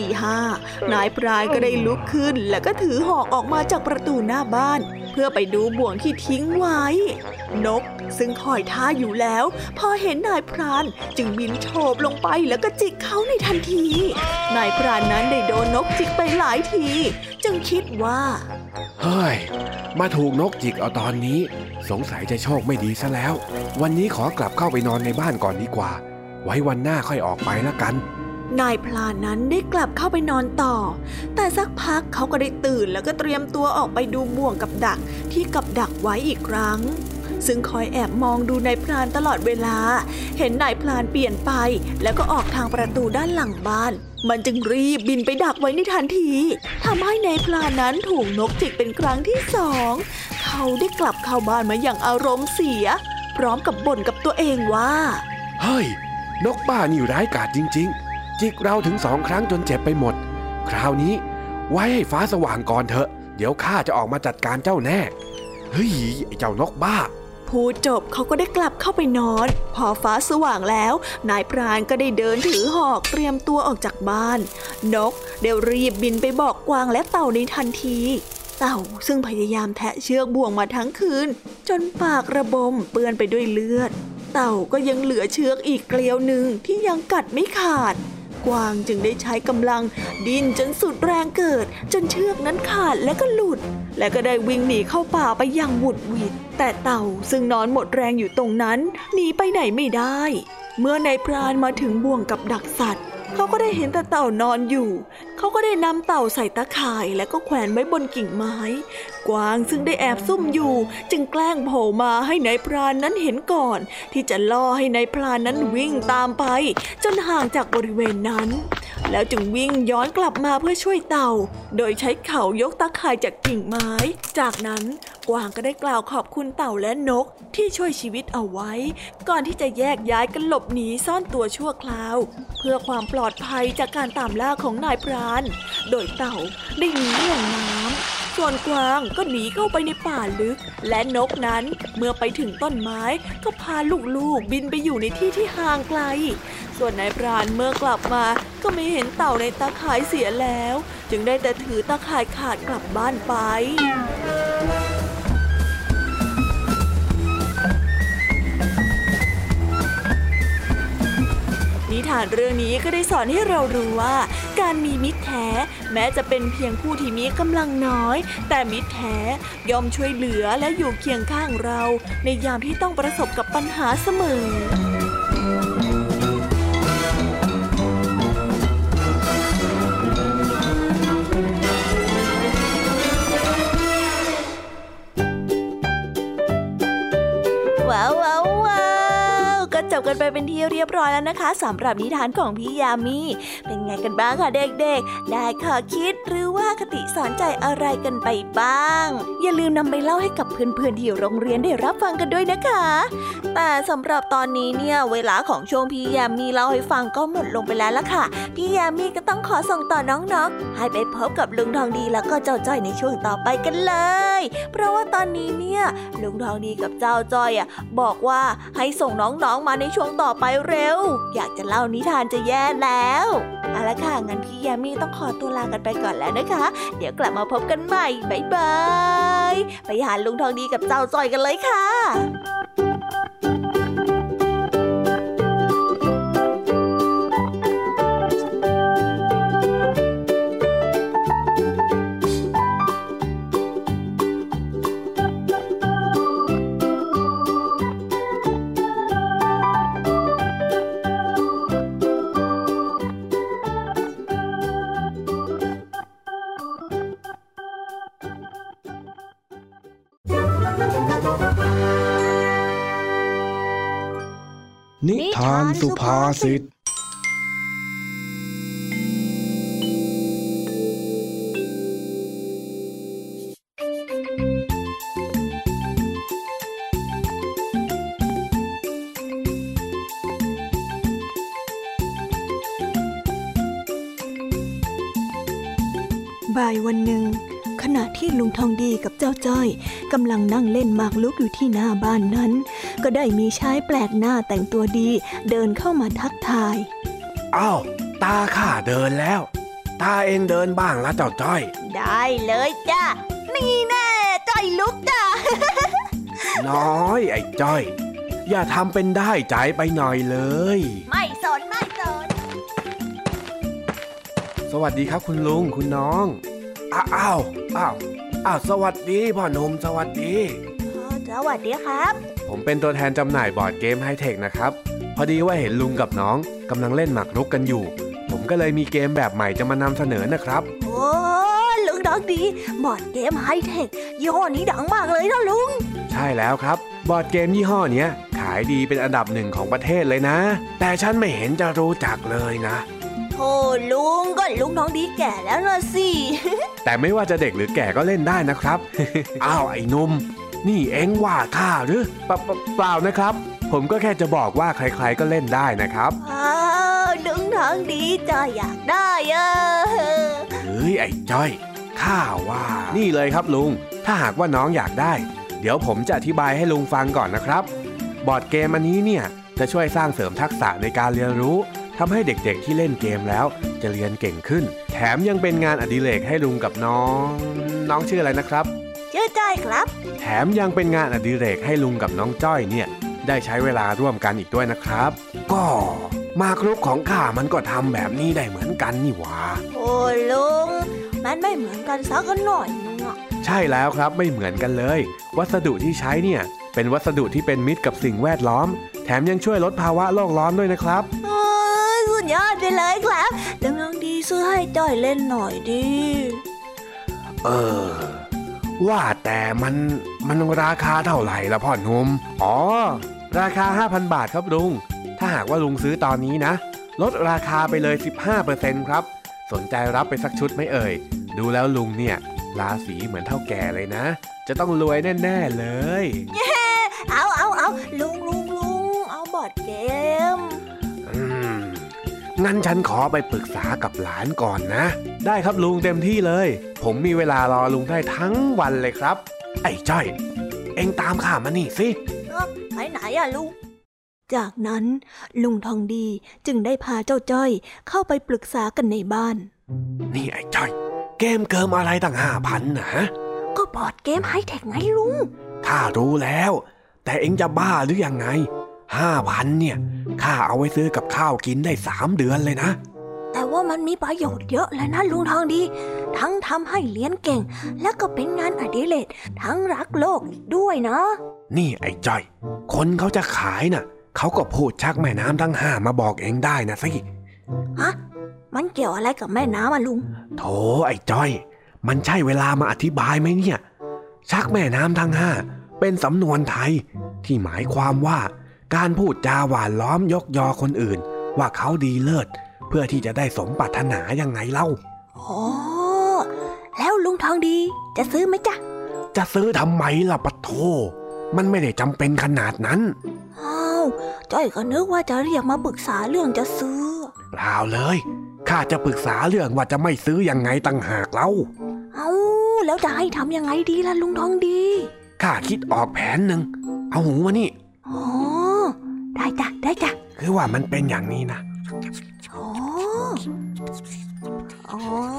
5นายพรานก็ได้ลุกขึ้นแล้วก็ถือหอกออกมาจากประตูหน้าบ้านเพื่อไปดูบ่วงที่ทิ้งไว้นกซึ่งคอยท่าอยู่แล้วพอเห็นนายพรานจึงบินโฉบลงไปแล้วก็จิกเขาในทันทีนายพรานนั้นได้โดนนกจิกไปหลายทีจึงคิดว่าเฮ้ยมาถูกนกจิกเอาตอนนี้สงสัยจะโชคไม่ดีซะแล้ววันนี้ขอกลับเข้าไปนอนในบ้านก่อนดีกว่าไว้วันหน้าค่อยออกไปละกันนายพรานนั้นได้กลับเข้าไปนอนต่อแต่สักพักเขาก็ได้ตื่นแล้วก็เตรียมตัวออกไปดูบ่วงกับดักที่กับดักไว้อีกครั้งซึ่งคอยแอบมองดูนายพรานตลอดเวลาเห็นนายพรานเปลี่ยนไปแล้วก็ออกทางประตูด้านหลังบ้านมันจึงรีบบินไปดักไว้ในทันทีทำให้นายพรานนั้นถูกนกจิกเป็นครั้งที่2เขาได้กลับเข้าบ้านมาอย่างอารมณ์เสียพร้อมกับบ่นกับตัวเองว่าเฮ้ยนกบ้านี่ร้ายกาจจริงๆจิกเราถึง2 ครั้งจนเจ็บไปหมดคราวนี้ไว้ให้ฟ้าสว่างก่อนเถอะเดี๋ยวข้าจะออกมาจัดการเจ้าแน่เฮ้ยไอ้เจ้านกบ้าพูดจบเขาก็ได้กลับเข้าไปนอนพอฟ้าสว่างแล้วนายพรานก็ได้เดินถือหอกเตรียมตัวออกจากบ้านนกได้รีบบินไปบอกกวางและเต่าในทันทีเต่าซึ่งพยายามแทะเชือกบ่วงมาทั้งคืนจนปากระบมเปื้อนไปด้วยเลือดเต่าก็ยังเหลือเชือกอีกเกลียวหนึ่งที่ยังกัดไม่ขาดกวางจึงได้ใช้กำลังดิ้นจนสุดแรงเกิดจนเชือกนั้นขาดและก็หลุดและก็ได้วิ่งหนีเข้าป่าไปอย่างหวุดหวิดแต่เต่าซึ่งนอนหมดแรงอยู่ตรงนั้นหนีไปไหนไม่ได้เมื่อนายพรานมาถึงบ่วงกับดักสัตว์เขาก็ได้เห็นแต่เต่านอนอยู่เขาก็ได้นำเต่าใส่ตะข่ายและก็แขวนไว้บนกิ่งไม้กวางซึ่งได้แอบซุ่มอยู่จึงแกล้งโผล่มาให้นายพรานนั้นเห็นก่อนที่จะล่อให้นายพรานนั้นวิ่งตามไปจนห่างจากบริเวณนั้นแล้วจึงวิ่งย้อนกลับมาเพื่อช่วยเต่าโดยใช้เข่ายกตะข่ายจากกิ่งไม้จากนั้นกวางก็ได้กล่าวขอบคุณเต่าและนกที่ช่วยชีวิตเอาไว้ก่อนที่จะแยกย้ายกันหลบหนีซ่อนตัวชั่วคราวเพื่อความปลอดภัยจากการตามล่าของนายพรานโดยเต่าได้หนีลงน้ำส่วนกวางก็หนีเข้าไปในป่าลึกและนกนั้นเมื่อไปถึงต้นไม้ก็พาลูกๆบินไปอยู่ในที่ที่ห่างไกลส่วนนายพรานเมื่อกลับมาก็ไม่เห็นเต่าในตาข่ายเสียแล้วจึงได้แต่ถือตาข่ายขาดกลับบ้านไปนิทานเรื่องนี้ก็ได้สอนให้เรารู้ว่าการมีมิตรแท้แม้จะเป็นเพียงผู้ที่มีกำลังน้อยแต่มิตรแท้ย่อมช่วยเหลือและอยู่เคียงข้างเราในยามที่ต้องประสบกับปัญหาเสมอจบกันไปเป็นที่เรียบร้อยแล้วนะคะสำหรับนิทานของพี่ยามีเป็นไงกันบ้างคะเด็กๆได้ข้อคิดหรือว่าคติสอนใจอะไรกันไปบ้างอย่าลืมนำไปเล่าให้กับเพื่อนๆที่โรงเรียนได้รับฟังกันด้วยนะคะแต่สำหรับตอนนี้เนี่ยเวลาของช่วงพี่ยามีเล่าให้ฟังก็หมดลงไปแล้วล่ะค่ะพี่ยามีก็ต้องขอส่งต่อน้องๆให้ไปพบกับลุงทองดีแล้วก็เจ้าจ้อยในช่วงต่อไปกันเลยเพราะว่าตอนนี้เนี่ยลุงทองดีกับเจ้าจ้อยบอกว่าให้ส่งน้องๆมาในช่วงต่อไปเร็วอยากจะเล่านิทานจะแย่แล้วเอาละค่ะงั้นพี่ยามีต้องขอตัวลากันไปก่อนแล้วนะคะเดี๋ยวกลับมาพบกันใหม่บ๊ายบายไปหาลุงทองดีกับเจ้าจ้อยกันเลยค่ะนิทานสุภาษิตบ่ายวันหนึ่งขณะที่ลุงทองดีกับเจ้าจ้อยกำลังนั่งเล่นหมากรุกอยู่ที่หน้าบ้านนั้นก็ได้มีชายแปลกหน้าแต่งตัวดีเดินเข้ามาทักทายอ้าวตาข้าเดินแล้วตาเองเดินบ้างละเจ้าจ้อยได้เลยจ้ะนี่แน่จ้อยลุกจ้ะน้อยไอ้จ้อยอย่าทำเป็นได้ใจไปหน่อยเลยไม่สนสวัสดีครับคุณลุงคุณน้องอ้าวสวัสดีพ่อหนุ่มสวัสดีสวัสดีครับผมเป็นตัวแทนจำหน่ายบอร์ดเกมไฮเทคนะครับพอดีว่าเห็นลุงกับน้องกำลังเล่นหมากรุกกันอยู่ผมก็เลยมีเกมแบบใหม่จะมานำเสนอนะครับโอ้ลุงดังดีบอร์ดเกมไฮเทคยี่ห้อนี้ดังมากเลยนะลุงใช่แล้วครับบอร์ดเกมยี่ห้อนี้ขายดีเป็นอันดับ1ของประเทศเลยนะแต่ฉันไม่เห็นจะรู้จักเลยนะโอ้ลุงก็ลุงน้องดีแก่แล้วนะสิแต่ไม่ว่าจะเด็กหรือแก่ก็เล่นได้นะครับ อ้าวไอ้หนุ่มนี่เอ็งว่าข้าหรือเปล่านะครับผมก็แค่จะบอกว่าใครๆก็เล่นได้นะครับลุงน้องดีจะอยากได้เฮ้ยไอ้จ้อยข้าว่านี่เลยครับลุงถ้าหากว่าน้องอยากได้เดี๋ยวผมจะอธิบายให้ลุงฟังก่อนนะครับบอร์ดเกมอันนี้เนี่ยจะช่วยสร้างเสริมทักษะในการเรียนรู้ทำให้เด็กๆที่เล่นเกมแล้วจะเรียนเก่งขึ้นแถมยังเป็นงานอดิเรกให้ลุงกับน้องชื่ออะไรนะครับชื่อจ้อยครับแถมยังเป็นงานอดิเรกให้ลุงกับน้องจ้อยเนี่ยได้ใช้เวลาร่วมกันอีกด้วยนะครับก็หมากรุกของข้ามันก็ทำแบบนี้ได้เหมือนกันนี่หว่าโอ้ลุงมันไม่เหมือนกันสักหน่อยนึงอะใช่แล้วครับไม่เหมือนกันเลยวัสดุที่ใช้เนี่ยเป็นวัสดุที่เป็นมิตรกับสิ่งแวดล้อมแถมยังช่วยลดภาวะโลกร้อนด้วยนะครับสุดยอดไปเลยครับลุงน้องดีซื้อให้จ้อยเล่นหน่อยดิว่าแต่มันราคาเท่าไหร่ละพ่อหนุ่มอ๋อราคา 5,000 บาทครับลุงถ้าหากว่าลุงซื้อตอนนี้นะลดราคาไปเลย 15% ครับสนใจรับไปสักชุดไหมเอ่ยดูแล้วลุงเนี่ยราศีเหมือนเท่าแก่เลยนะจะต้องรวยแน่ๆเลยเอาลุงเอาบอร์ดเกมงั้นฉันขอไปปรึกษากับหลานก่อนนะได้ครับลุงเต็มที่เลยผมมีเวลารอลุงได้ทั้งวันเลยครับไอ้จ้อยเอ็งตามข้ามานี่สิไปไหนอะลุงจากนั้นลุงทองดีจึงได้พาเจ้าจ้อยเข้าไปปรึกษากันในบ้านนี่ไอ้จ้อยเกมเกิมอะไรตั้ง 5,000 นะก็บอร์ดเกมไฮเทคไงลุงข้ารู้แล้วแต่เอ็งจะบ้าหรือยังไง5,000 เนี่ยข้าเอาไว้ซื้อกับข้าวกินได้3 เดือนเลยนะแต่ว่ามันมีประโยชน์เยอะเลยนะลุงทองดีทั้งทำให้เรียนเก่งและก็เป็นงานอดิเรกทั้งรักโลกอีกด้วยนะนี่ไอ้จ้อยคนเขาจะขายน่ะเขาก็พูดชักแม่น้ำทั้ง5มาบอกเองได้นะสิฮะมันเกี่ยวอะไรกับแม่น้ำอ่ะลุงโธ่ไอ้จ้อยมันใช่เวลามาอธิบายไหมเนี่ยชักแม่น้ำทั้ง5เป็นสำนวนไทยที่หมายความว่าการพูดจาหวานล้อมยกยอคนอื่นว่าเขาดีเลิศเพื่อที่จะได้สมปรารถนายังไงเล่าอ๋อแล้วลุงทองดีจะซื้อไหมจ๊ะจะซื้อทำไมล่ะปะโธมันไม่ได้จำเป็นขนาดนั้นอ้าวจ้อยก็นึกว่าจะเรียกมาปรึกษาเรื่องจะซื้อเปล่าเลยข้าจะปรึกษาเรื่องว่าจะไม่ซื้อยังไงต่างหากเล่าแล้วจะให้ทำยังไงดีล่ะลุงทองดีข้าคิดออกแผนหนึ่งเอาหูมานี่อ๋อได้จ้ะคือว่ามันเป็นอย่างนี้นะอ๋อ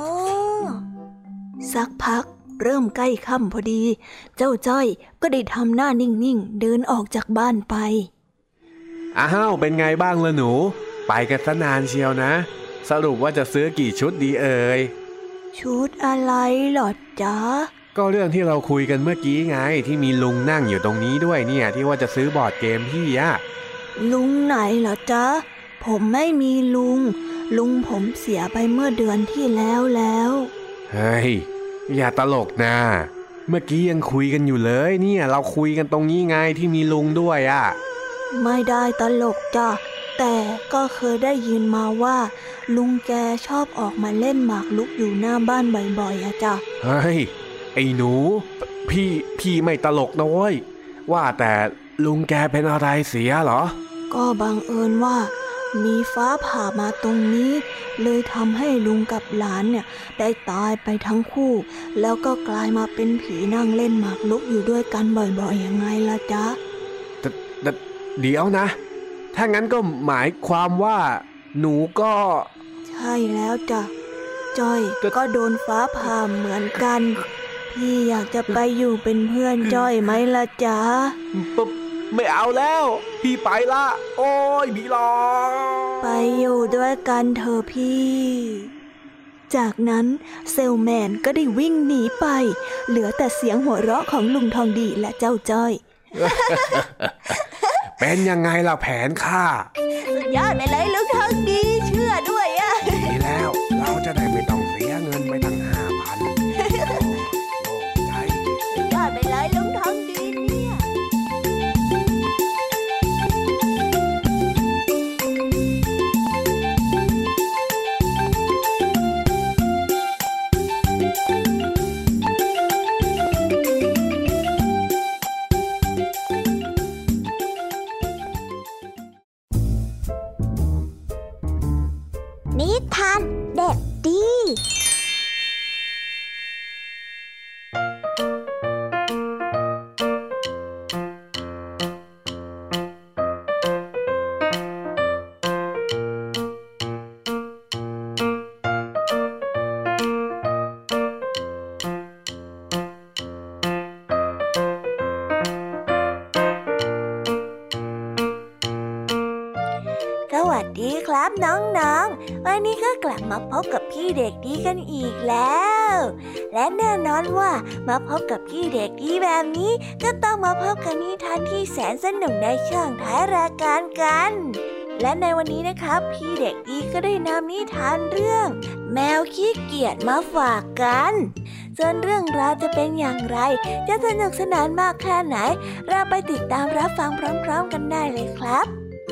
สักพักเริ่มใกล้ค่ำพอดีเจ้าจ้อยก็ได้ทำหน้านิ่งๆเดินออกจากบ้านไปอ้าวเป็นไงบ้างล่ะหนูไปกันซะนานเชียวนะสรุปว่าจะซื้อกี่ชุดดีเอ่ยชุดอะไรหรอจ๊ะก็เรื่องที่เราคุยกันเมื่อกี้ไงที่มีลุงนั่งอยู่ตรงนี้ด้วยเนี่ยที่ว่าจะซื้อบอร์ดเกมพี่อะลุงไหนเหรอจ๊ะผมไม่มีลุงผมเสียไปเมื่อเดือนที่แล้วเฮ้ยอย่าตลกนะเมื่อกี้ยังคุยกันอยู่เลยเนี่ยเราคุยกันตรงนี้ไงที่มีลุงด้วยอะไม่ได้ตลกจ้ะแต่ก็เคยได้ยินมาว่าลุงแกชอบออกมาเล่นหมากรุกอยู่หน้าบ้านบ่อยๆอะจ้ะเฮ้ยไอ้หนูพี่ไม่ตลกนะเว้ยว่าแต่ลุงแกเป็นอะไรเสียเหรอก็บังเอิญว่ามีฟ้าผ่ามาตรงนี้เลยทำให้ลุงกับหลานเนี่ยได้ตายไปทั้งคู่แล้วก็กลายมาเป็นผีนั่งเล่นหมากรุกอยู่ด้วยกันบ่อยๆยังไงล่ะจ๊ะเดี๋ยวนะถ้างั้นก็หมายความว่าหนูก็ใช่แล้วจ้ะจ้อยก็โดนฟ้าผ่าเหมือนกันพี่อยากจะไปอยู่เป็นเพื่อนจ้อยไหมล่ะจ๊ะไม่เอาแล้วพี่ไปละโอ้ยพี่รอไปอยู่ด้วยกันเถอะพี่จากนั้นเซลแมนก็ได้วิ่งหนีไปเหลือแต่เสียงหัวเราะของลุงทองดีและเจ้าจ้อยเป็นยังไงล่ะแผนข้าสุดยอดไปเลยลุงทองดีเชื่อด้วยอะดีแล้วเราจะได้ไม่ต้องเสียเงินไปตั้ง 5,000 สุดยอดไปเลยลุงทองดีเนี่ยนิทานเด็กดีสวัสดีครับน้องๆวันนี้ก็กลับมาพบกับพี่เด็กดีกันอีกแล้วและแน่นอนว่ามาพบกับพี่เด็กดีแบบนี้ก็ต้องมาพบกับนิทานที่แสนสนุกในช่วงท้ายรายการกันและในวันนี้นะครับพี่เด็กดีก็ได้นำนิทานเรื่องแมวขี้เกียจมาฝากกันส่วนเรื่องราวจะเป็นอย่างไรจะสนุกสนานมากแค่ไหนเราไปติดตามรับฟังพร้อมๆกันได้เลยครับ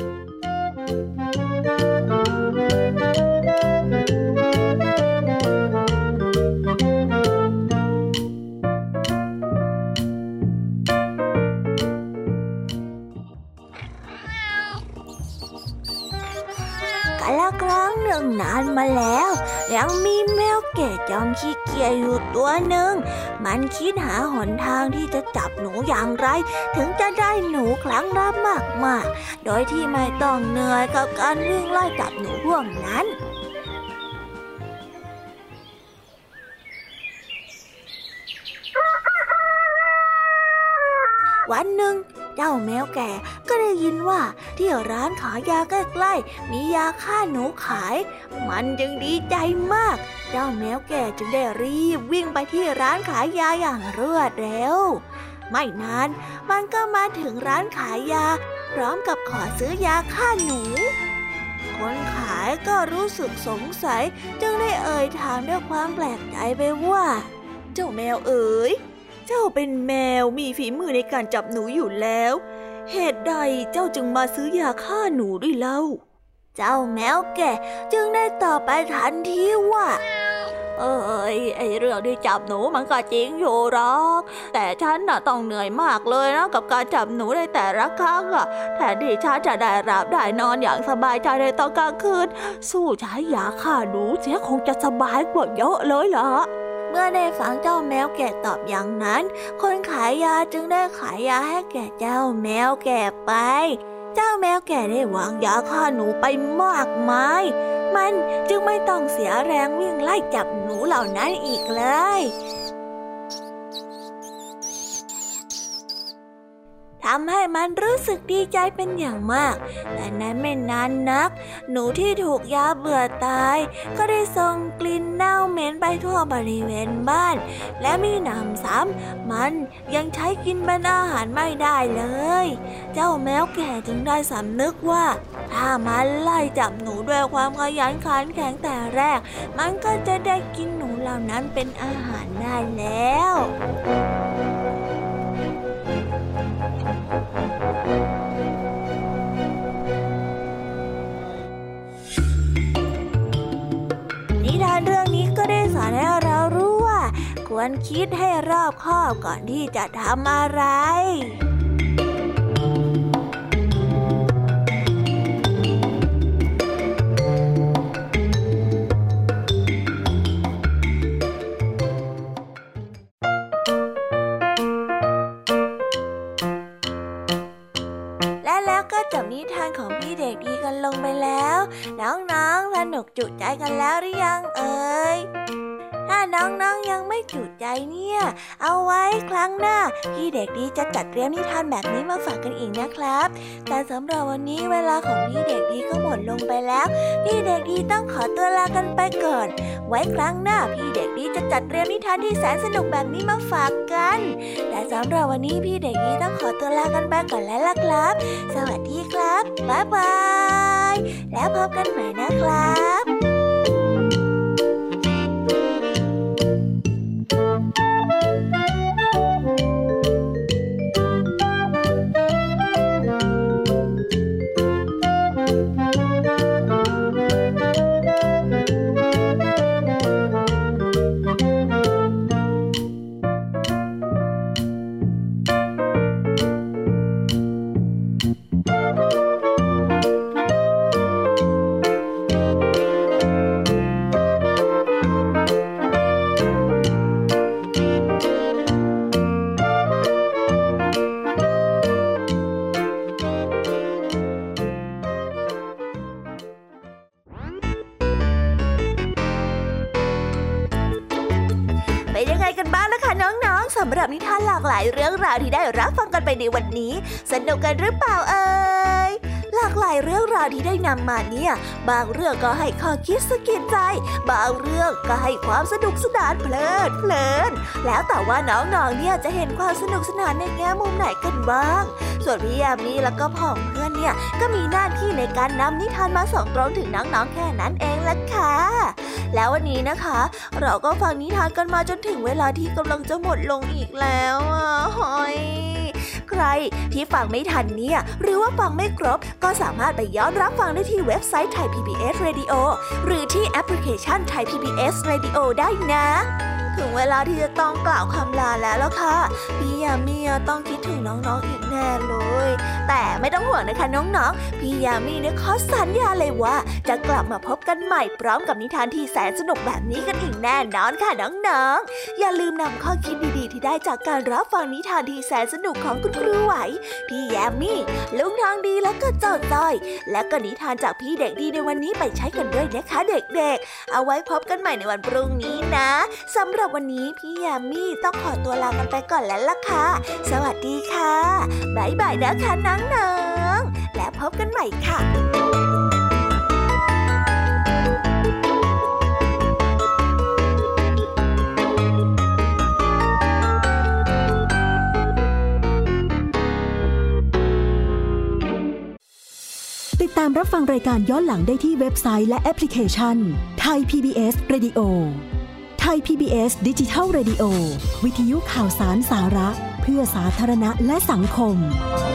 กาลครั้งหนึ่งนานมาแล้วยังมีแมวแก่จอมขี้เกียจอยู่ตัวหนึ่งมันคิดหาหนทางที่จะจับหนูอย่างไรถึงจะได้หนูครั้งละมากๆโดยที่ไม่ต้องเหนื่อยกับการวิ่งไล่จับหนูพวกนั้นวันหนึ่งเจ้าแมวแก่ก็ได้ยินว่าที่ร้านขายยาใกล้ๆมียาฆ่าหนูขายมันจึงดีใจมากเจ้าแมวแก่จึงได้รีบวิ่งไปที่ร้านขายยาอย่างรวดเร็วไม่นานมันก็มาถึงร้านขายยาพร้อมกับขอซื้อยาฆ่าหนูคนขายก็รู้สึกสงสัยจึงได้เอ่ยถามด้วยความแปลกใจไปว่าเจ้าแมวเอ๋ยเจ้าเป็นแมวมีฝีมือในการจับหนูอยู่แล้วเหตุใดเจ้าจึงมาซื้อยาฆ่าหนูด้วยเล่าเจ้าแมวแก่จึงได้ตอบไปทันทีว่าไอ้เรื่องที่จับหนูมันก็จริงอยู่หรอกแต่ฉันน่ะต้องเหนื่อยมากเลยนะกับการจับหนูในแต่ละครั้งอ่ะแทนที่ฉันจะได้หลับได้นอนอย่างสบายใจในตอนกลางคืนสู้ใช้ยาฆ่าหนูเสียคงจะสบายกว่าเยอะเลยล่ะเมื่อได้ฟังเจ้าแมวแก่ตอบอย่างนั้นคนขายยาจึงได้ขายยาให้แก่เจ้าแมวแก่ไปเจ้าแมวแก่ได้วางยาฆ่าหนูไปมากมายมันจึงไม่ต้องเสียแรงวิ่งไล่จับหนูเหล่านั้นอีกเลยทำให้มันรู้สึกดีใจเป็นอย่างมากแต่นั้นไม่นานนักหนูที่ถูกยาเบื่อตายก็ได้ส่งกลิ่นเน่าเหม็นไปทั่วบริเวณบ้านและมีหนำซ้ำมันยังใช้กินเป็นอาหารไม่ได้เลยเจ้าแมวแก่จึงได้สำนึกว่าถ้ามันไล่จับหนูด้วยความขยันขันแข็งแต่แรกมันก็จะได้กินหนูเหล่านั้นเป็นอาหารได้แล้วคิดให้รอบคอบก่อนที่จะทำอะไรจบนิทานของพี่เด็กดีกันลงไปแล้วน้องๆสนุกจุใจกันแล้วหรือยังเอ่ยถ้าน้องๆยังไม่จุใจเนี่ยเอาไว้ครั้งหน้าพี่เด็กดีจะจัดเตรียมนิทานแบบนี้มาฝากกันอีกนะครับแต่สำหรับวันนี้เวลาของพี่เด็กดีก็หมดลงไปแล้วพี่เด็กดีต้องขอตัวลากันไปก่อนไว้ครั้งหน้าพี่เด็กดีจะจัดเตรียมนิทานที่แสนสนุกแบบนี้มาฝากกันแต่สำหรับวันนี้พี่เด็กดีต้องขอตัวลากันไปก่อนแล้วล่ะครับสวัสดีครับบ๊ายบายแล้วพบกันใหม่นะครับสำหรับนิทานหลากหลายเรื่องราวที่ได้รับฟังกันไปในวันนี้สนุกกันหรือเปล่าเอ่ยหลากหลายเรื่องราวที่ได้นำมาเนี่ยบางเรื่องก็ให้ข้อคิดสะกิดใจบางเรื่องก็ให้ความสนุกสนานเพลิดแล้วแต่ว่าน้องๆเนี่ยจะเห็นความสนุกสนานในแง่มุมไหนกันบ้างส่วนพี่ยามีแล้วก็พ่องเพื่อนเนี่ยก็มีหน้าที่ในการนำนิทานมาส่งตรงถึงน้องๆแค่นั้นเองล่ะค่ะแล้ววันนี้นะคะเราก็ฟังนิทานกันมาจนถึงเวลาที่กำลังจะหมดลงอีกแล้วหอยใครที่ฟังไม่ทันเนี่ยหรือว่าฟังไม่ครบก็สามารถไปย้อนรับฟังได้ที่เว็บไซต์ Thai PBS Radio หรือที่แอปพลิเคชัน Thai PBS Radio ได้นะถึงเวลาที่จะต้องกล่าวคำลาแล้วล่ะค่ะพี่ยามีต้องคิดถึงน้องๆอีกแน่เลยแต่ไม่ต้องห่วงนะคะน้องๆพี่ยามีเนี่ยขอสัญญาเลยว่าจะกลับมาพบกันใหม่พร้อมกับนิทานที่แสนสนุกแบบนี้กันอีกแน่นอนค่ะน้องๆอย่าลืมนำข้อคิดดีๆที่ได้จากการรับฟังนิทานที่แสนสนุกของคุณครูไหวพี่ยามีลุงทองดีแล้วก็เจ้าจ้อยและก็นิทานจากพี่เด็กดีในวันนี้ไปใช้กันด้วยนะคะเด็กๆเอาไว้พบกันใหม่ในวันพรุ่งนี้นะสำหรับวันนี้พี่ยามีต้องขอตัวลากันไปก่อนแล้วล่ะค่ะสวัสดีค่ะบ๊ายบายนะคะน้องๆและพบกันใหม่ค่ะติดตามรับฟังรายการย้อนหลังได้ที่เว็บไซต์และแอปพลิเคชัน Thai PBS Radio Thai PBS Digital Radio วิทยุข่าวสารสาระเพื่อสาธารณะและสังคม